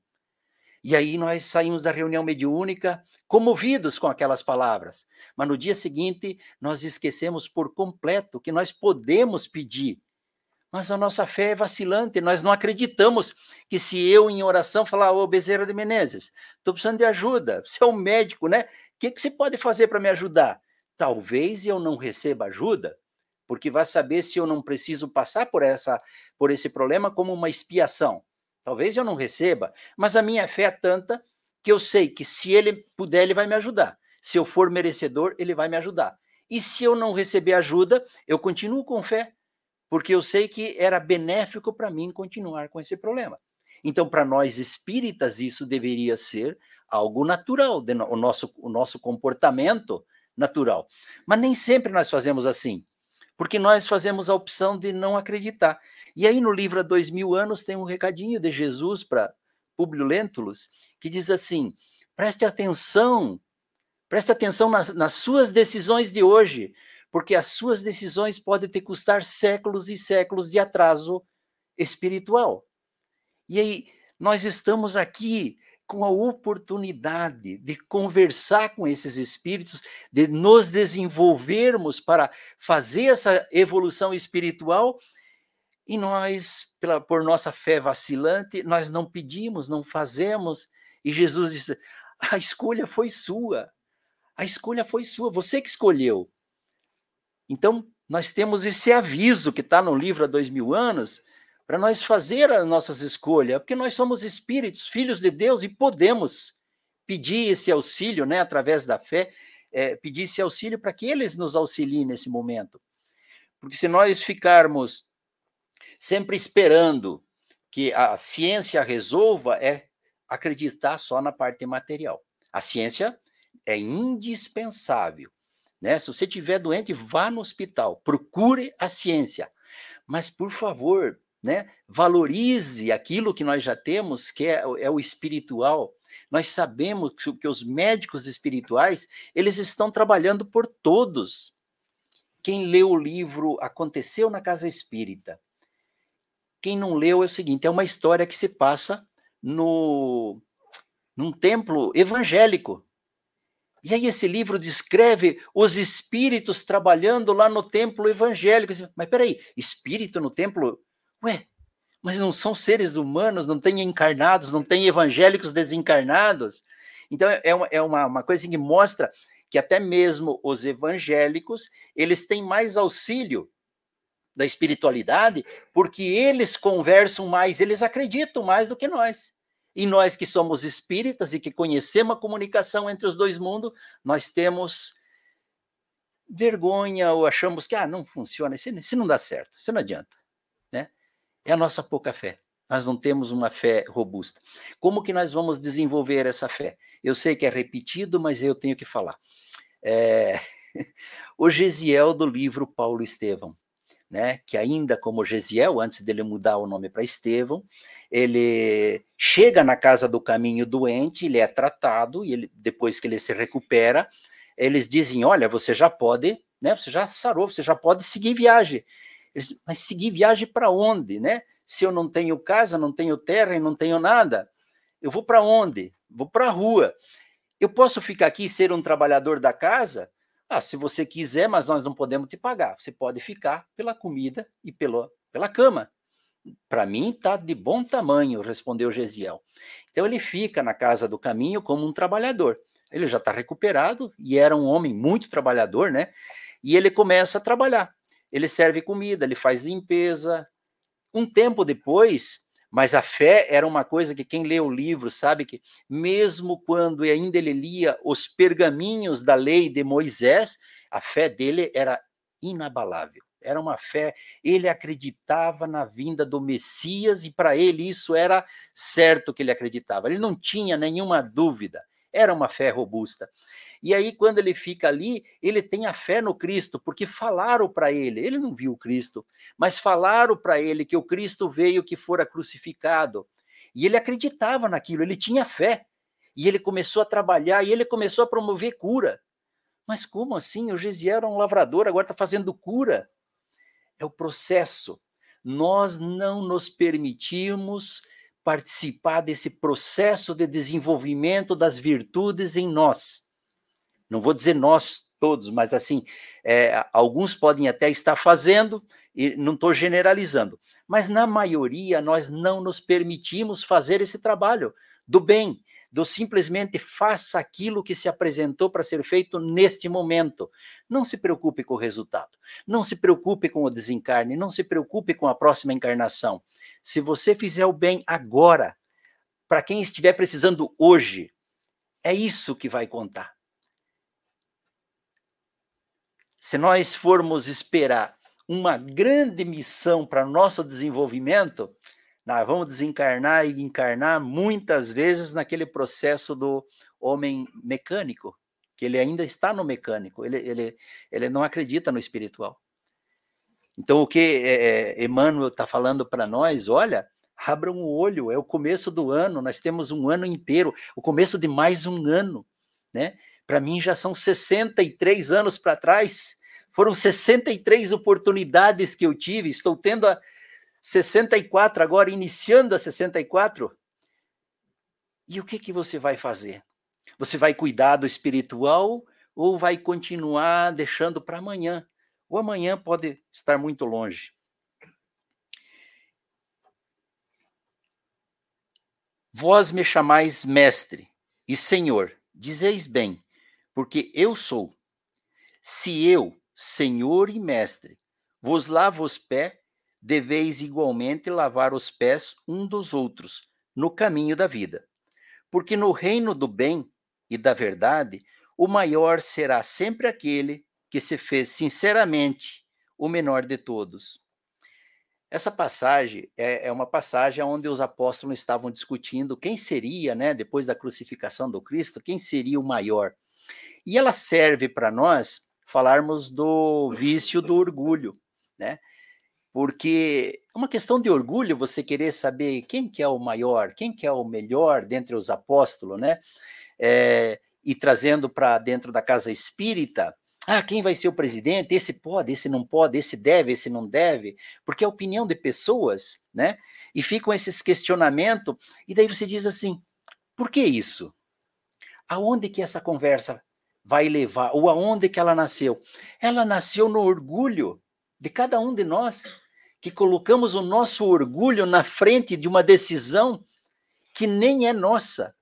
E aí nós saímos da reunião mediúnica comovidos com aquelas palavras. Mas no dia seguinte, nós esquecemos por completo que nós podemos pedir. Mas a nossa fé é vacilante, nós não acreditamos que se eu em oração falar, ô Bezerra de Menezes, estou precisando de ajuda, você é um médico, né? O que, que você pode fazer para me ajudar? Talvez eu não receba ajuda, porque vai saber se eu não preciso passar por, essa, por esse problema como uma expiação. Talvez eu não receba, mas a minha fé é tanta que eu sei que se ele puder, ele vai me ajudar. Se eu for merecedor, ele vai me ajudar. E se eu não receber ajuda, eu continuo com fé, porque eu sei que era benéfico para mim continuar com esse problema. Então, para nós espíritas, isso deveria ser algo natural, o nosso, o nosso comportamento natural. Mas nem sempre nós fazemos assim, porque nós fazemos a opção de não acreditar. E aí no livro Há Dois Mil Anos tem um recadinho de Jesus para Públio Lentulus, que diz assim, preste atenção, preste atenção nas, nas suas decisões de hoje, porque as suas decisões podem te custar séculos e séculos de atraso espiritual. E aí nós estamos aqui com a oportunidade de conversar com esses espíritos, de nos desenvolvermos para fazer essa evolução espiritual, e nós, pela, por nossa fé vacilante, nós não pedimos, não fazemos, e Jesus disse, a escolha foi sua, a escolha foi sua, você que escolheu. Então, nós temos esse aviso que está no livro Há Dois Mil Anos, para nós fazer as nossas escolhas, porque nós somos espíritos, filhos de Deus, e podemos pedir esse auxílio, né, através da fé, é, pedir esse auxílio para que eles nos auxiliem nesse momento. Porque se nós ficarmos sempre esperando que a ciência resolva, é acreditar só na parte material. A ciência é indispensável, né? Se você estiver doente, vá no hospital, procure a ciência, mas, por favor, né, valorize aquilo que nós já temos, que é, é o espiritual. Nós sabemos que, que os médicos espirituais, eles estão trabalhando por todos. Quem leu o livro Aconteceu na Casa Espírita, quem não leu é o seguinte, é uma história que se passa no, num templo evangélico. E aí esse livro descreve os espíritos trabalhando lá no templo evangélico. Mas peraí, espírito no templo? Ué, mas não são seres humanos, não tem encarnados, não tem evangélicos desencarnados? Então é uma, é uma, uma coisa que mostra que até mesmo os evangélicos, eles têm mais auxílio da espiritualidade, porque eles conversam mais, eles acreditam mais do que nós. E nós que somos espíritas e que conhecemos a comunicação entre os dois mundos, nós temos vergonha ou achamos que ah, não funciona, isso, isso não dá certo, isso não adianta. Né? É a nossa pouca fé. Nós não temos uma fé robusta. Como que nós vamos desenvolver essa fé? Eu sei que é repetido, mas eu tenho que falar. É... o Gesiel do livro Paulo Estevão, né, que ainda como Gesiel, antes dele mudar o nome para Estevão, ele chega na casa do caminho doente, ele é tratado, e ele, depois que ele se recupera, eles dizem, olha, você já pode, né, você já sarou, você já pode seguir viagem. Eles, mas seguir viagem para onde, né? Se eu não tenho casa, não tenho terra e não tenho nada, eu vou para onde? Vou para a rua. Eu posso ficar aqui e ser um trabalhador da casa? Ah, se você quiser, mas nós não podemos te pagar. Você pode ficar pela comida e pelo, pela cama. Para mim, está de bom tamanho, respondeu Gesiel. Então, ele fica na casa do caminho como um trabalhador. Ele já está recuperado e era um homem muito trabalhador, né? E ele começa a trabalhar. Ele serve comida, ele faz limpeza. Um tempo depois, mas a fé era uma coisa que quem lê o livro sabe que, mesmo quando ainda ele lia os pergaminhos da lei de Moisés, a fé dele era inabalável. Era uma fé, ele acreditava na vinda do Messias e para ele isso era certo que ele acreditava. Ele não tinha nenhuma dúvida, era uma fé robusta. E aí, quando ele fica ali, ele tem a fé no Cristo, porque falaram para ele, ele não viu o Cristo, mas falaram para ele que o Cristo veio que fora crucificado. E ele acreditava naquilo, ele tinha fé. E ele começou a trabalhar, e ele começou a promover cura. Mas como assim? O Gesiel era um lavrador, agora está fazendo cura. É o processo. Nós não nos permitimos participar desse processo de desenvolvimento das virtudes em nós. Não vou dizer nós todos, mas assim, é, alguns podem até estar fazendo, e não estou generalizando, mas na maioria nós não nos permitimos fazer esse trabalho do bem, do simplesmente faça aquilo que se apresentou para ser feito neste momento. Não se preocupe com o resultado, não se preocupe com o desencarne, não se preocupe com a próxima encarnação. Se você fizer o bem agora, para quem estiver precisando hoje, é isso que vai contar. Se nós formos esperar uma grande missão para nosso desenvolvimento, nós vamos desencarnar e encarnar muitas vezes naquele processo do homem mecânico, que ele ainda está no mecânico, ele, ele, ele não acredita no espiritual. Então, o que é, Emmanuel está falando para nós, olha, abram o olho, é o começo do ano, nós temos um ano inteiro, o começo de mais um ano, né? Para mim já são sessenta e três anos para trás, foram sessenta e três oportunidades que eu tive, estou tendo a sessenta e quatro agora, iniciando a sessenta e quatro. E o que, que você vai fazer? Você vai cuidar do espiritual ou vai continuar deixando para amanhã? O amanhã pode estar muito longe. Vós me chamais mestre e senhor, dizeis bem, porque eu sou. Se eu, senhor e mestre, vos lavo os pés, deveis igualmente lavar os pés um dos outros, no caminho da vida. Porque no reino do bem e da verdade, o maior será sempre aquele que se fez sinceramente o menor de todos. Essa passagem é, é uma passagem onde os apóstolos estavam discutindo quem seria, né, depois da crucificação do Cristo, quem seria o maior. E ela serve para nós falarmos do vício do orgulho, né? Porque é uma questão de orgulho você querer saber quem que é o maior, quem que é o melhor dentre os apóstolos, né? É, e trazendo para dentro da casa espírita, ah, quem vai ser o presidente? Esse pode, esse não pode, esse deve, esse não deve, porque é a opinião de pessoas, né? E ficam esses questionamentos, e daí você diz assim, por que isso? Aonde que essa conversa vai levar, ou aonde que ela nasceu? Ela nasceu no orgulho de cada um de nós, que colocamos o nosso orgulho na frente de uma decisão que nem é nossa.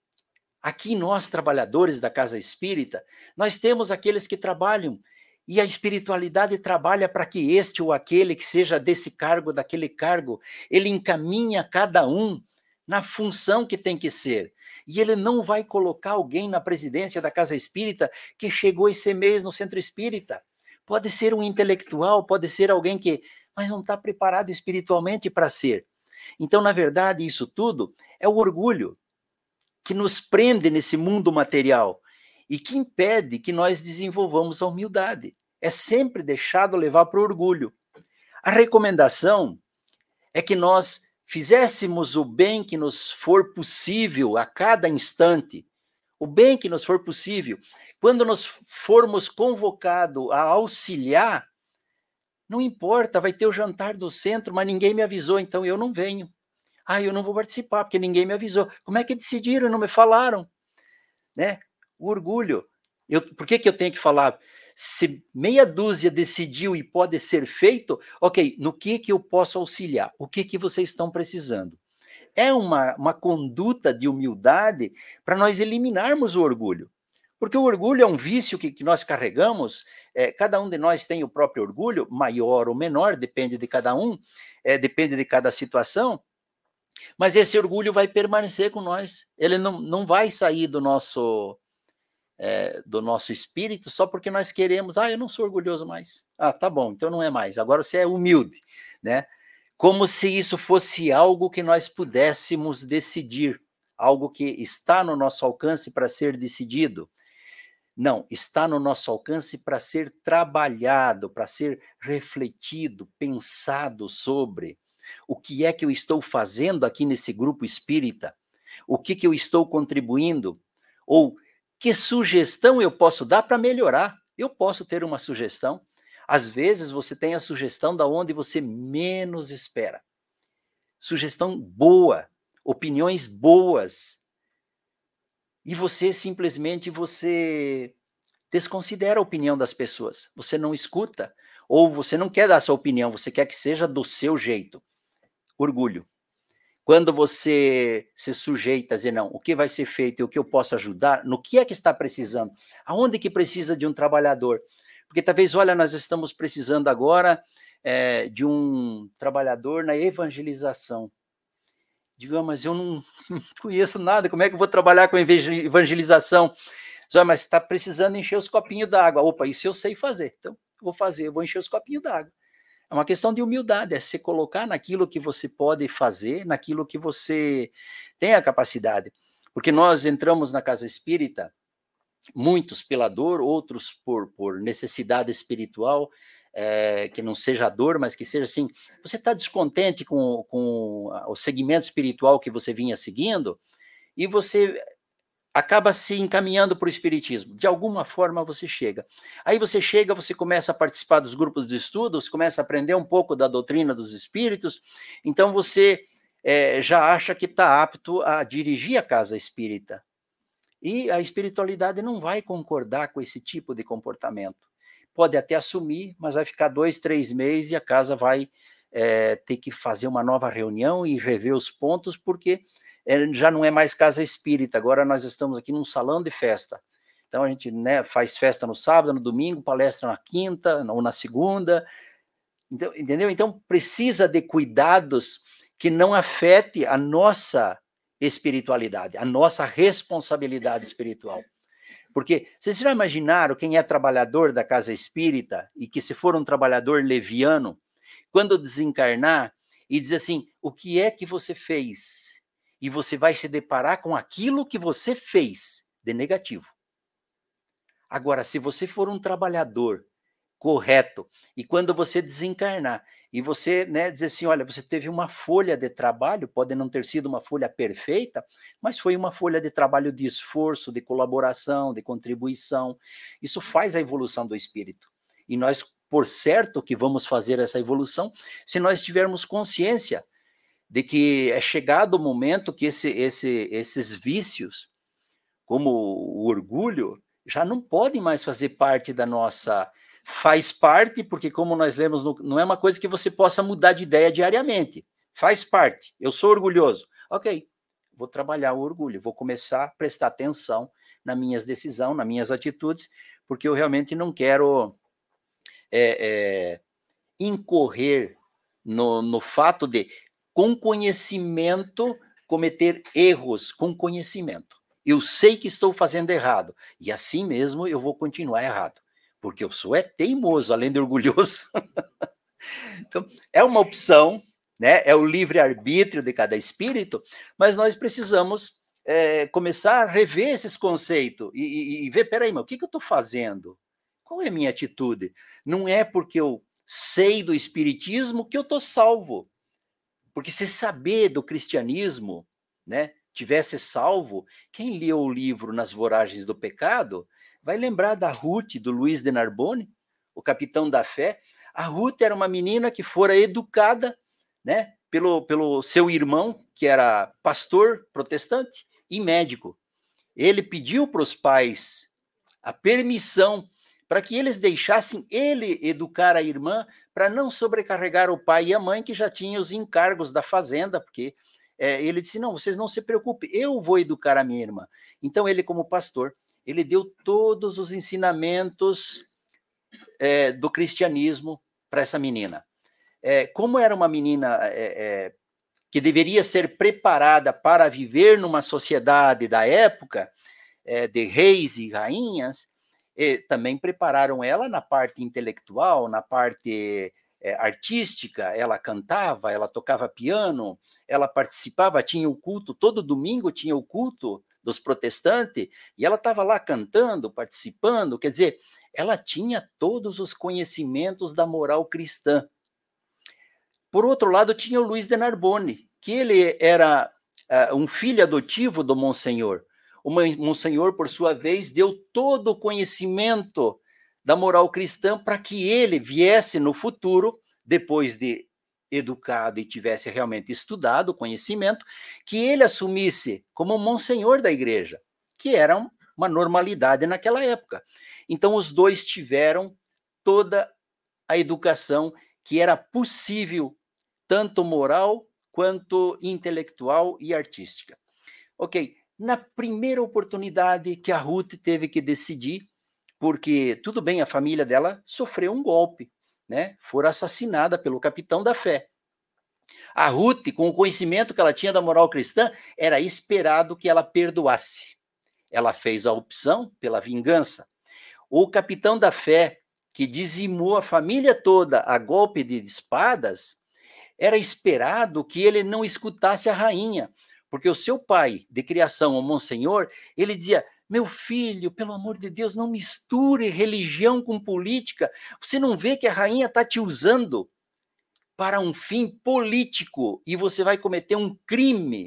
Aqui nós, trabalhadores da Casa Espírita, nós temos aqueles que trabalham, e a espiritualidade trabalha para que este ou aquele que seja desse cargo, daquele cargo, ele encaminha cada um na função que tem que ser. E ele não vai colocar alguém na presidência da Casa Espírita que chegou esse mês no Centro Espírita. Pode ser um intelectual, pode ser alguém que, mas não está preparado espiritualmente para ser. Então, na verdade, isso tudo é o orgulho que nos prende nesse mundo material e que impede que nós desenvolvamos a humildade. É sempre deixado levar para o orgulho. A recomendação é que nós fizéssemos o bem que nos for possível a cada instante, o bem que nos for possível. Quando nós formos convocados a auxiliar, não importa, vai ter o jantar do centro, mas ninguém me avisou, então eu não venho. Ah, eu não vou participar, porque ninguém me avisou. Como é que decidiram? Não me falaram. Né? O orgulho. Eu, por que, que eu tenho que falar? Se meia dúzia decidiu e pode ser feito, ok, no que, que eu posso auxiliar? O que, que vocês estão precisando? É uma, uma conduta de humildade para nós eliminarmos o orgulho. Porque o orgulho é um vício que, que nós carregamos, é, cada um de nós tem o próprio orgulho, maior ou menor, depende de cada um, é, depende de cada situação, mas esse orgulho vai permanecer com nós, ele não, não vai sair do nosso... É, do nosso espírito, só porque nós queremos, ah, eu não sou orgulhoso mais. Ah, tá bom, então não é mais. Agora você é humilde, né? Como se isso fosse algo que nós pudéssemos decidir, algo que está no nosso alcance para ser decidido. Não, está no nosso alcance para ser trabalhado, para ser refletido, pensado sobre. O que é que eu estou fazendo aqui nesse grupo espírita? O que que eu estou contribuindo? Ou que sugestão eu posso dar para melhorar? Eu posso ter uma sugestão. Às vezes você tem a sugestão da onde você menos espera. Sugestão boa, opiniões boas. E você simplesmente você desconsidera a opinião das pessoas. Você não escuta, ou você não quer dar a sua opinião, você quer que seja do seu jeito. Orgulho. Quando você se sujeita a dizer, não, o que vai ser feito e o que eu posso ajudar, no que é que está precisando? Aonde que precisa de um trabalhador? Porque talvez, olha, nós estamos precisando agora é, de um trabalhador na evangelização. Digo, mas eu não, não conheço nada, como é que eu vou trabalhar com evangelização? Digo, mas está precisando encher os copinhos d'água. Opa, isso eu sei fazer, então vou fazer, eu vou encher os copinhos d'água. É uma questão de humildade, é se colocar naquilo que você pode fazer, naquilo que você tem a capacidade. Porque nós entramos na casa espírita, muitos pela dor, outros por, por necessidade espiritual, é, que não seja dor, mas que seja assim, você está descontente com, com o segmento espiritual que você vinha seguindo, e você acaba se encaminhando para o espiritismo. De alguma forma você chega. Aí você chega, você começa a participar dos grupos de estudos, começa a aprender um pouco da doutrina dos espíritos, então você é, já acha que está apto a dirigir a casa espírita. E a espiritualidade não vai concordar com esse tipo de comportamento. Pode até assumir, mas vai ficar dois, três meses e a casa vai é, ter que fazer uma nova reunião e rever os pontos, porque já não é mais casa espírita, agora nós estamos aqui num salão de festa. Então a gente, né, faz festa no sábado, no domingo, palestra na quinta ou na segunda. Então, entendeu? Então precisa de cuidados que não afete a nossa espiritualidade, a nossa responsabilidade espiritual. Porque vocês já imaginaram quem é trabalhador da casa espírita e que se for um trabalhador leviano, quando desencarnar e diz assim, o que é que você fez? E você vai se deparar com aquilo que você fez de negativo. Agora, se você for um trabalhador correto, e quando você desencarnar, e você, né, dizer assim, olha, você teve uma folha de trabalho, pode não ter sido uma folha perfeita, mas foi uma folha de trabalho de esforço, de colaboração, de contribuição. Isso faz a evolução do espírito. E nós, por certo, que vamos fazer essa evolução, se nós tivermos consciência de que é chegado o momento que esse, esse, esses vícios, como o orgulho, já não podem mais fazer parte da nossa... Faz parte, porque como nós lemos, no, não é uma coisa que você possa mudar de ideia diariamente. Faz parte. Eu sou orgulhoso. Ok, vou trabalhar o orgulho, vou começar a prestar atenção nas minhas decisões, nas minhas atitudes, porque eu realmente não quero é, é, incorrer no, no fato de, com conhecimento, cometer erros com conhecimento. Eu sei que estou fazendo errado, e assim mesmo eu vou continuar errado, porque eu sou é teimoso, além de orgulhoso. Então, é uma opção, né? É o livre-arbítrio de cada espírito, mas nós precisamos é, começar a rever esses conceitos e, e, e ver, peraí, mas o que, que eu estou fazendo? Qual é a minha atitude? Não é porque eu sei do espiritismo que eu estou salvo. Porque se saber do cristianismo, né, tivesse salvo, quem leu o livro Nas Voragens do Pecado vai lembrar da Ruth, do Luiz de Narbonne, o capitão da fé. A Ruth era uma menina que fora educada, né, pelo, pelo seu irmão, que era pastor protestante e médico. Ele pediu para os pais a permissão para que eles deixassem ele educar a irmã, para não sobrecarregar o pai e a mãe, que já tinham os encargos da fazenda, porque é, ele disse, não, vocês não se preocupem, eu vou educar a minha irmã. Então ele, como pastor, ele deu todos os ensinamentos é, do cristianismo para essa menina. É, como era uma menina é, é, que deveria ser preparada para viver numa sociedade da época, é, de reis e rainhas, e também prepararam ela na parte intelectual, na parte é, artística. Ela cantava, ela tocava piano, ela participava, tinha o culto, todo domingo tinha o culto dos protestantes, e ela estava lá cantando, participando, quer dizer, ela tinha todos os conhecimentos da moral cristã. Por outro lado, tinha o Luiz de Narbonne, que ele era uh, um filho adotivo do Monsenhor. O Monsenhor, por sua vez, deu todo o conhecimento da moral cristã para que ele viesse no futuro, depois de educado e tivesse realmente estudado o conhecimento, que ele assumisse como Monsenhor da igreja, que era uma normalidade naquela época. Então, os dois tiveram toda a educação que era possível, tanto moral quanto intelectual e artística. Ok, na primeira oportunidade que a Ruth teve que decidir, porque, tudo bem, a família dela sofreu um golpe, né? Foi assassinada pelo capitão da fé. A Ruth, com o conhecimento que ela tinha da moral cristã, era esperado que ela perdoasse. Ela fez a opção pela vingança. O capitão da fé, que dizimou a família toda a golpe de espadas, era esperado que ele não escutasse a rainha, porque o seu pai, de criação, o Monsenhor, ele dizia, meu filho, pelo amor de Deus, não misture religião com política. Você não vê que a rainha está te usando para um fim político e você vai cometer um crime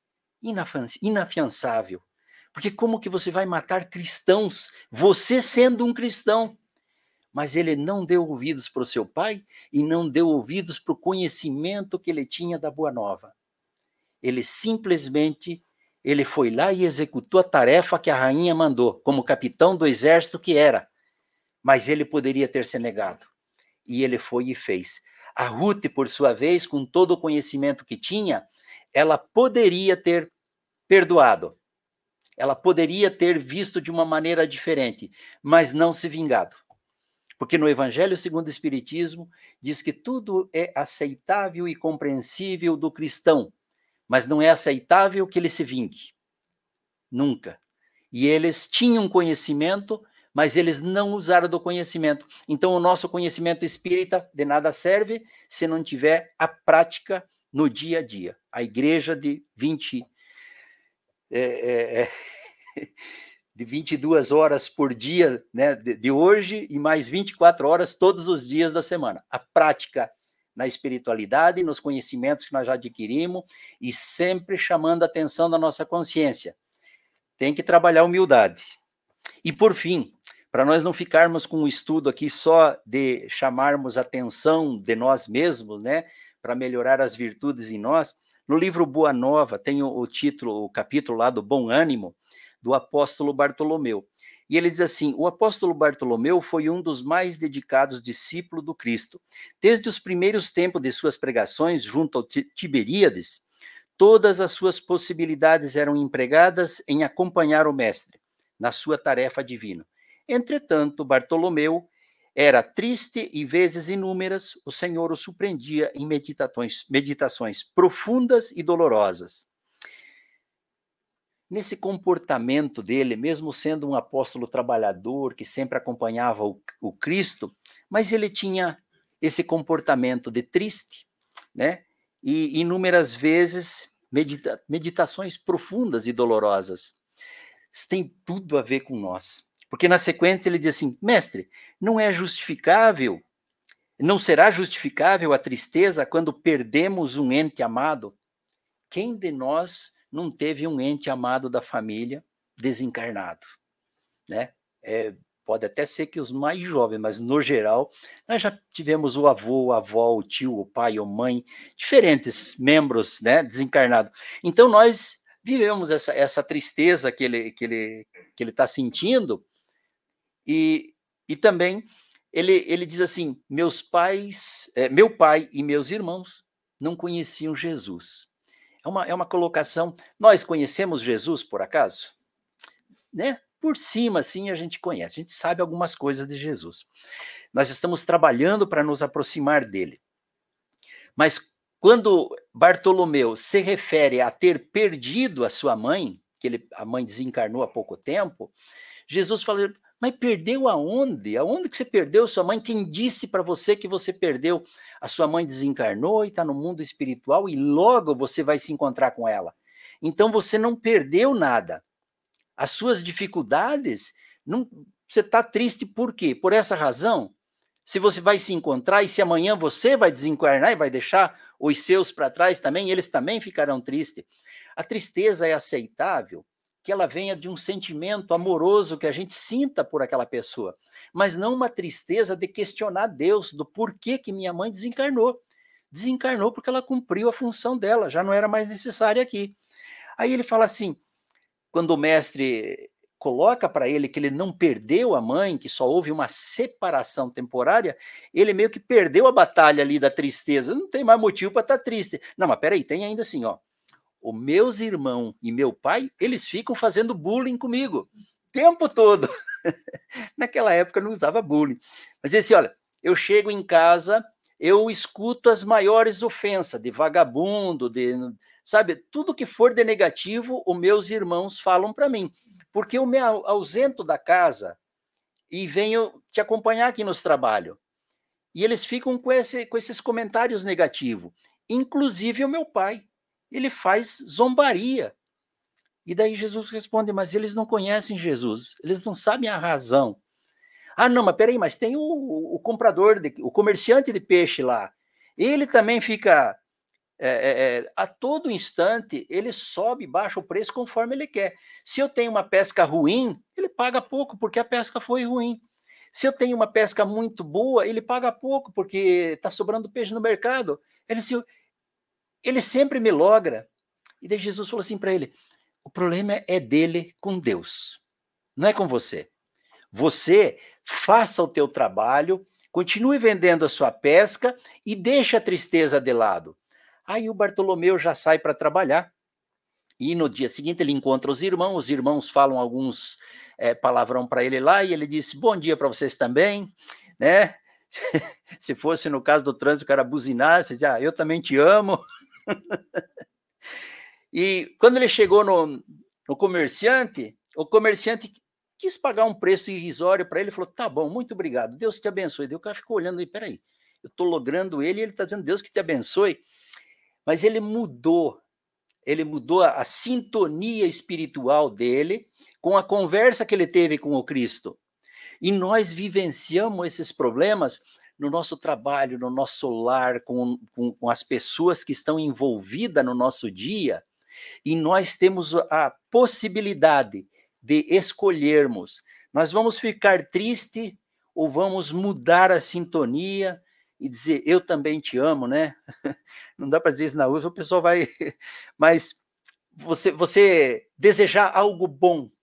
inafiançável. Porque como que você vai matar cristãos, você sendo um cristão? Mas ele não deu ouvidos para o seu pai e não deu ouvidos para o conhecimento que ele tinha da Boa Nova. Ele simplesmente ele foi lá e executou a tarefa que a rainha mandou, como capitão do exército que era. Mas ele poderia ter se negado. E ele foi e fez. A Ruth, por sua vez, com todo o conhecimento que tinha, ela poderia ter perdoado. Ela poderia ter visto de uma maneira diferente, mas não se vingado. Porque no Evangelho segundo o Espiritismo diz que tudo é aceitável e compreensível do cristão, mas não é aceitável que ele se vingue. Nunca. E eles tinham conhecimento, mas eles não usaram do conhecimento. Então o nosso conhecimento espírita de nada serve se não tiver a prática no dia a dia. A igreja de vinte... É, é, é, de vinte e duas horas por dia, né, de, de hoje, e mais vinte e quatro horas todos os dias da semana. A prática na espiritualidade, nos conhecimentos que nós já adquirimos, e sempre chamando a atenção da nossa consciência. Tem que trabalhar a humildade. E, por fim, para nós não ficarmos com um estudo aqui só de chamarmos a atenção de nós mesmos, né, para melhorar as virtudes em nós, no livro Boa Nova, tem o, o título, o capítulo lá do Bom Ânimo, do apóstolo Bartolomeu. E ele diz assim: o apóstolo Bartolomeu foi um dos mais dedicados discípulos do Cristo. Desde os primeiros tempos de suas pregações junto ao Tiberíades, todas as suas possibilidades eram empregadas em acompanhar o mestre na sua tarefa divina. Entretanto, Bartolomeu era triste e vezes inúmeras o Senhor o surpreendia em meditações, meditações profundas e dolorosas. Nesse comportamento dele, mesmo sendo um apóstolo trabalhador que sempre acompanhava o, o Cristo, mas ele tinha esse comportamento de triste, né? E inúmeras vezes medita, meditações profundas e dolorosas. Isso tem tudo a ver com nós. Porque na sequência ele diz assim: mestre, não é justificável, não será justificável a tristeza quando perdemos um ente amado? Quem de nós não teve um ente amado da família desencarnado, né? É, pode até ser que os mais jovens, mas no geral, nós já tivemos o avô, a avó, o tio, o pai, a mãe, diferentes membros, né, desencarnados. Então nós vivemos essa, essa tristeza que ele que ele que ele está sentindo, e, e também ele, ele diz assim: meus pais, é, meu pai e meus irmãos não conheciam Jesus. É uma, é uma colocação. Nós conhecemos Jesus, por acaso? Né? Por cima, sim, a gente conhece. A gente sabe algumas coisas de Jesus. Nós estamos trabalhando para nos aproximar dele. Mas quando Bartolomeu se refere a ter perdido a sua mãe, que ele, a mãe desencarnou há pouco tempo, Jesus fala: mas perdeu aonde? Aonde que você perdeu sua mãe? Quem disse para você que você perdeu? A sua mãe desencarnou e está no mundo espiritual e logo você vai se encontrar com ela. Então você não perdeu nada. As suas dificuldades, não, você está triste por quê? Por essa razão? Se você vai se encontrar e se amanhã você vai desencarnar e vai deixar os seus para trás também, eles também ficarão tristes. A tristeza é aceitável que ela venha de um sentimento amoroso que a gente sinta por aquela pessoa, mas não uma tristeza de questionar Deus do porquê que minha mãe desencarnou. Desencarnou porque ela cumpriu a função dela, já não era mais necessária aqui. Aí ele fala assim, quando o mestre coloca para ele que ele não perdeu a mãe, que só houve uma separação temporária, ele meio que perdeu a batalha ali da tristeza, não tem mais motivo para estar triste. Não, mas peraí, tem ainda assim, ó, os meus irmãos e meu pai, eles ficam fazendo bullying comigo, o tempo todo. Naquela época não usava bullying. Mas ele disse, olha, eu chego em casa, eu escuto as maiores ofensas, de vagabundo, de, sabe, tudo que for de negativo, os meus irmãos falam para mim. Porque eu me ausento da casa e venho te acompanhar aqui nos trabalhos. E eles ficam com, esse, com esses comentários negativos. Inclusive o meu pai. Ele faz zombaria. E daí Jesus responde, mas eles não conhecem Jesus, eles não sabem a razão. Ah, não, mas peraí, mas tem o, o comprador, de, o comerciante de peixe lá. Ele também fica, é, é, a todo instante, ele sobe e baixa o preço conforme ele quer. Se eu tenho uma pesca ruim, ele paga pouco porque a pesca foi ruim. Se eu tenho uma pesca muito boa, ele paga pouco porque está sobrando peixe no mercado. Ele, ele sempre me logra. E daí Jesus falou assim para ele, o problema é dele com Deus, não é com você. Você faça o teu trabalho, continue vendendo a sua pesca e deixe a tristeza de lado. Aí o Bartolomeu já sai para trabalhar. E no dia seguinte ele encontra os irmãos, os irmãos falam alguns é, palavrão para ele lá, e ele disse, bom dia para vocês também, né? Se fosse no caso do trânsito, o cara buzinasse, dizia, ah, eu também te amo. E quando ele chegou no, no comerciante, o comerciante quis pagar um preço irrisório para ele, falou, tá bom, muito obrigado, Deus te abençoe. Daí o cara ficou olhando, e peraí, eu estou logrando ele e ele está dizendo, Deus que te abençoe. Mas ele mudou, ele mudou a, a sintonia espiritual dele com a conversa que ele teve com o Cristo. E nós vivenciamos esses problemas no nosso trabalho, no nosso lar, com, com, com as pessoas que estão envolvidas no nosso dia, e nós temos a possibilidade de escolhermos. Nós vamos ficar triste ou vamos mudar a sintonia e dizer, eu também te amo, né? Não dá para dizer isso na rua, o pessoal vai... Mas você, você desejar algo bom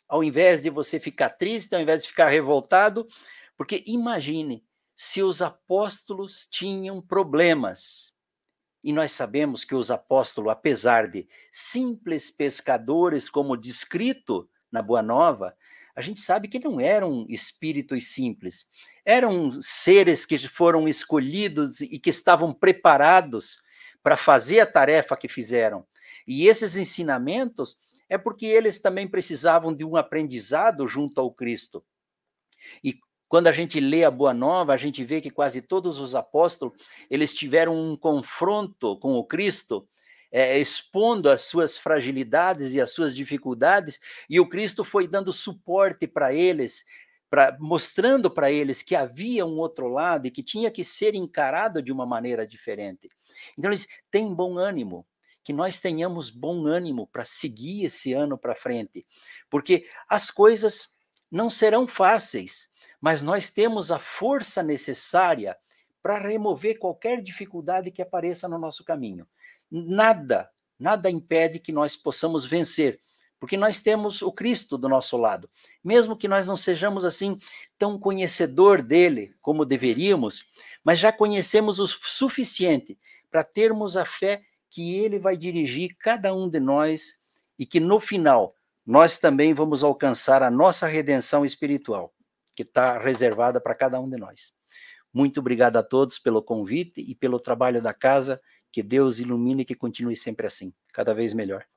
ao invés de você ficar triste, ao invés de ficar revoltado, porque imagine se os apóstolos tinham problemas. E nós sabemos que os apóstolos, apesar de simples pescadores, como descrito na Boa Nova, a gente sabe que não eram espíritos simples. Eram seres que foram escolhidos e que estavam preparados para fazer a tarefa que fizeram. E esses ensinamentos é porque eles também precisavam de um aprendizado junto ao Cristo. E quando a gente lê a Boa Nova, a gente vê que quase todos os apóstolos, eles tiveram um confronto com o Cristo, é, expondo as suas fragilidades e as suas dificuldades, e o Cristo foi dando suporte para eles, pra, mostrando para eles que havia um outro lado e que tinha que ser encarado de uma maneira diferente. Então eles têm bom ânimo, que nós tenhamos bom ânimo para seguir esse ano para frente, porque as coisas não serão fáceis, mas nós temos a força necessária para remover qualquer dificuldade que apareça no nosso caminho. Nada, nada impede que nós possamos vencer, porque nós temos o Cristo do nosso lado. Mesmo que nós não sejamos assim tão conhecedor dele como deveríamos, mas já conhecemos o suficiente para termos a fé que ele vai dirigir cada um de nós e que no final nós também vamos alcançar a nossa redenção espiritual, que está reservada para cada um de nós. Muito obrigado a todos pelo convite e pelo trabalho da casa. Que Deus ilumine e que continue sempre assim, cada vez melhor.